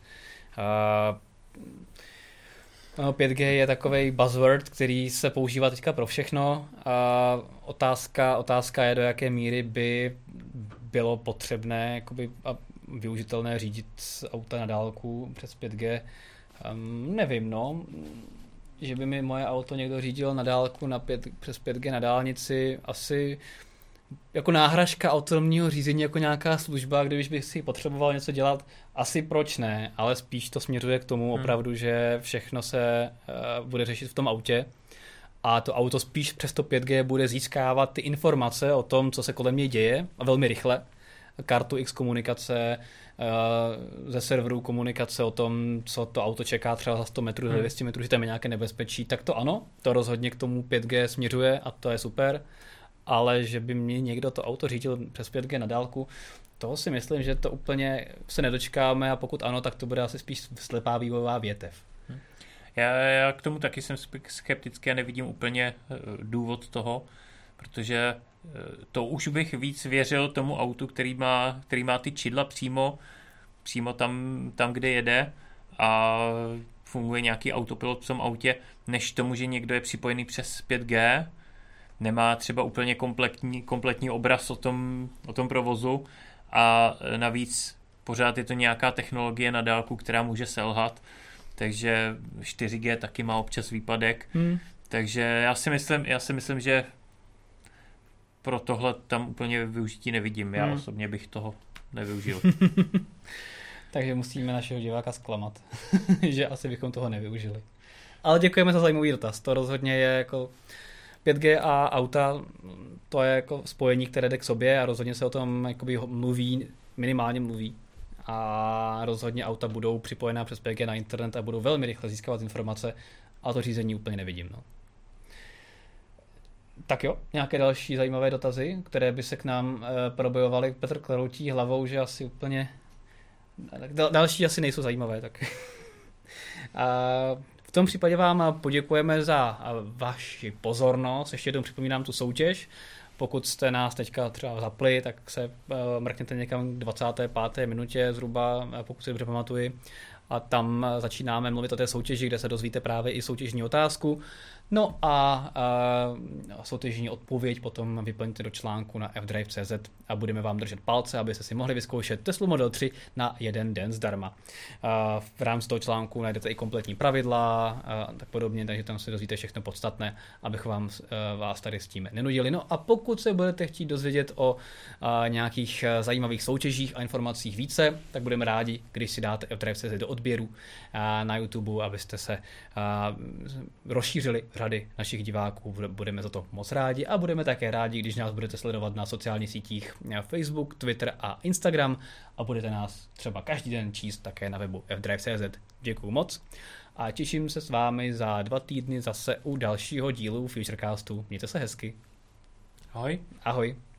Uh, pět G je takovej buzzword, který se používá teďka pro všechno a otázka, otázka je, do jaké míry by bylo potřebné jakoby, a využitelné řídit auta na dálku přes pět G. Um, nevím, no. Že by mi moje auto někdo řídil na dálku na pět, přes pět G na dálnici, asi jako náhražka autonomního řízení, jako nějaká služba, když bych si potřeboval něco dělat, asi proč ne, ale spíš to směřuje k tomu hmm. opravdu, že všechno se uh, bude řešit v tom autě a to auto spíš přes to pět G bude získávat ty informace o tom, co se kolem něj děje a velmi rychle. Kartu X komunikace, uh, ze serverů komunikace o tom, co to auto čeká třeba za sto metrů, za hmm. dvě stě metrů, že tam je nějaké nebezpečí, tak to ano, to rozhodně k tomu pět G směřuje a to je super. Ale že by mě někdo to auto řídil přes pět G na dálku, toho si myslím, že to úplně se nedočkáme a pokud ano, tak to bude asi spíš slepá vývojová větev. Já, já k tomu taky jsem skeptický a nevidím úplně důvod toho, protože to už bych víc věřil tomu autu, který má, který má ty čidla přímo, přímo tam, tam, kde jede a funguje nějaký autopilot v tom autě, než tomu, že někdo je připojený přes pět G, nemá třeba úplně kompletní, kompletní obraz o tom, o tom provozu a navíc pořád je to nějaká technologie na dálku, která může selhat, takže čtyři G taky má občas výpadek, hmm. takže já si myslím, já si myslím, že pro tohle tam úplně využití nevidím, já hmm. osobně bych toho nevyužil. Takže musíme našeho diváka zklamat, že asi bychom toho nevyužili. Ale děkujeme za zajímavý dotaz, to rozhodně je jako pět G a auta, to je jako spojení, které jde k sobě a rozhodně se o tom jakoby mluví, minimálně mluví. A rozhodně auta budou připojená přes pět G na internet a budou velmi rychle získávat informace a to řízení úplně nevidím. No. Tak jo, nějaké další zajímavé dotazy, které by se k nám e, probojovaly. Petr kroutí hlavou, že asi úplně... Dal, další asi nejsou zajímavé, tak... V tom případě vám poděkujeme za vaši pozornost. Ještě jednou připomínám tu soutěž. Pokud jste nás teďka třeba zapli, tak se mrkněte někam k dvacáté páté minutě zhruba, pokud si dobře pamatuji. A tam začínáme mluvit o té soutěži, kde se dozvíte právě i soutěžní otázku. No a, a soutěžní odpověď potom vyplňte do článku na f drive tečka c z a budeme vám držet palce, abyste si mohli vyzkoušet Tesla Model tři na jeden den zdarma. A v rámci toho článku najdete i kompletní pravidla a tak podobně, takže tam se dozvíte všechno podstatné, abych vám, vás tady s tím nenudili. No a pokud se budete chtít dozvědět o a, nějakých zajímavých soutěžích a informacích více, tak budeme rádi, když si dáte f drive tečka c z do odběru a, na YouTube, abyste se a, rozšířili řady našich diváků, budeme za to moc rádi a budeme také rádi, když nás budete sledovat na sociálních sítích Facebook, Twitter a Instagram a budete nás třeba každý den číst také na webu f drive tečka c z. Děkuju moc a těším se s vámi za dva týdny zase u dalšího dílu Futurecastu. Mějte se hezky. Ahoj. Ahoj.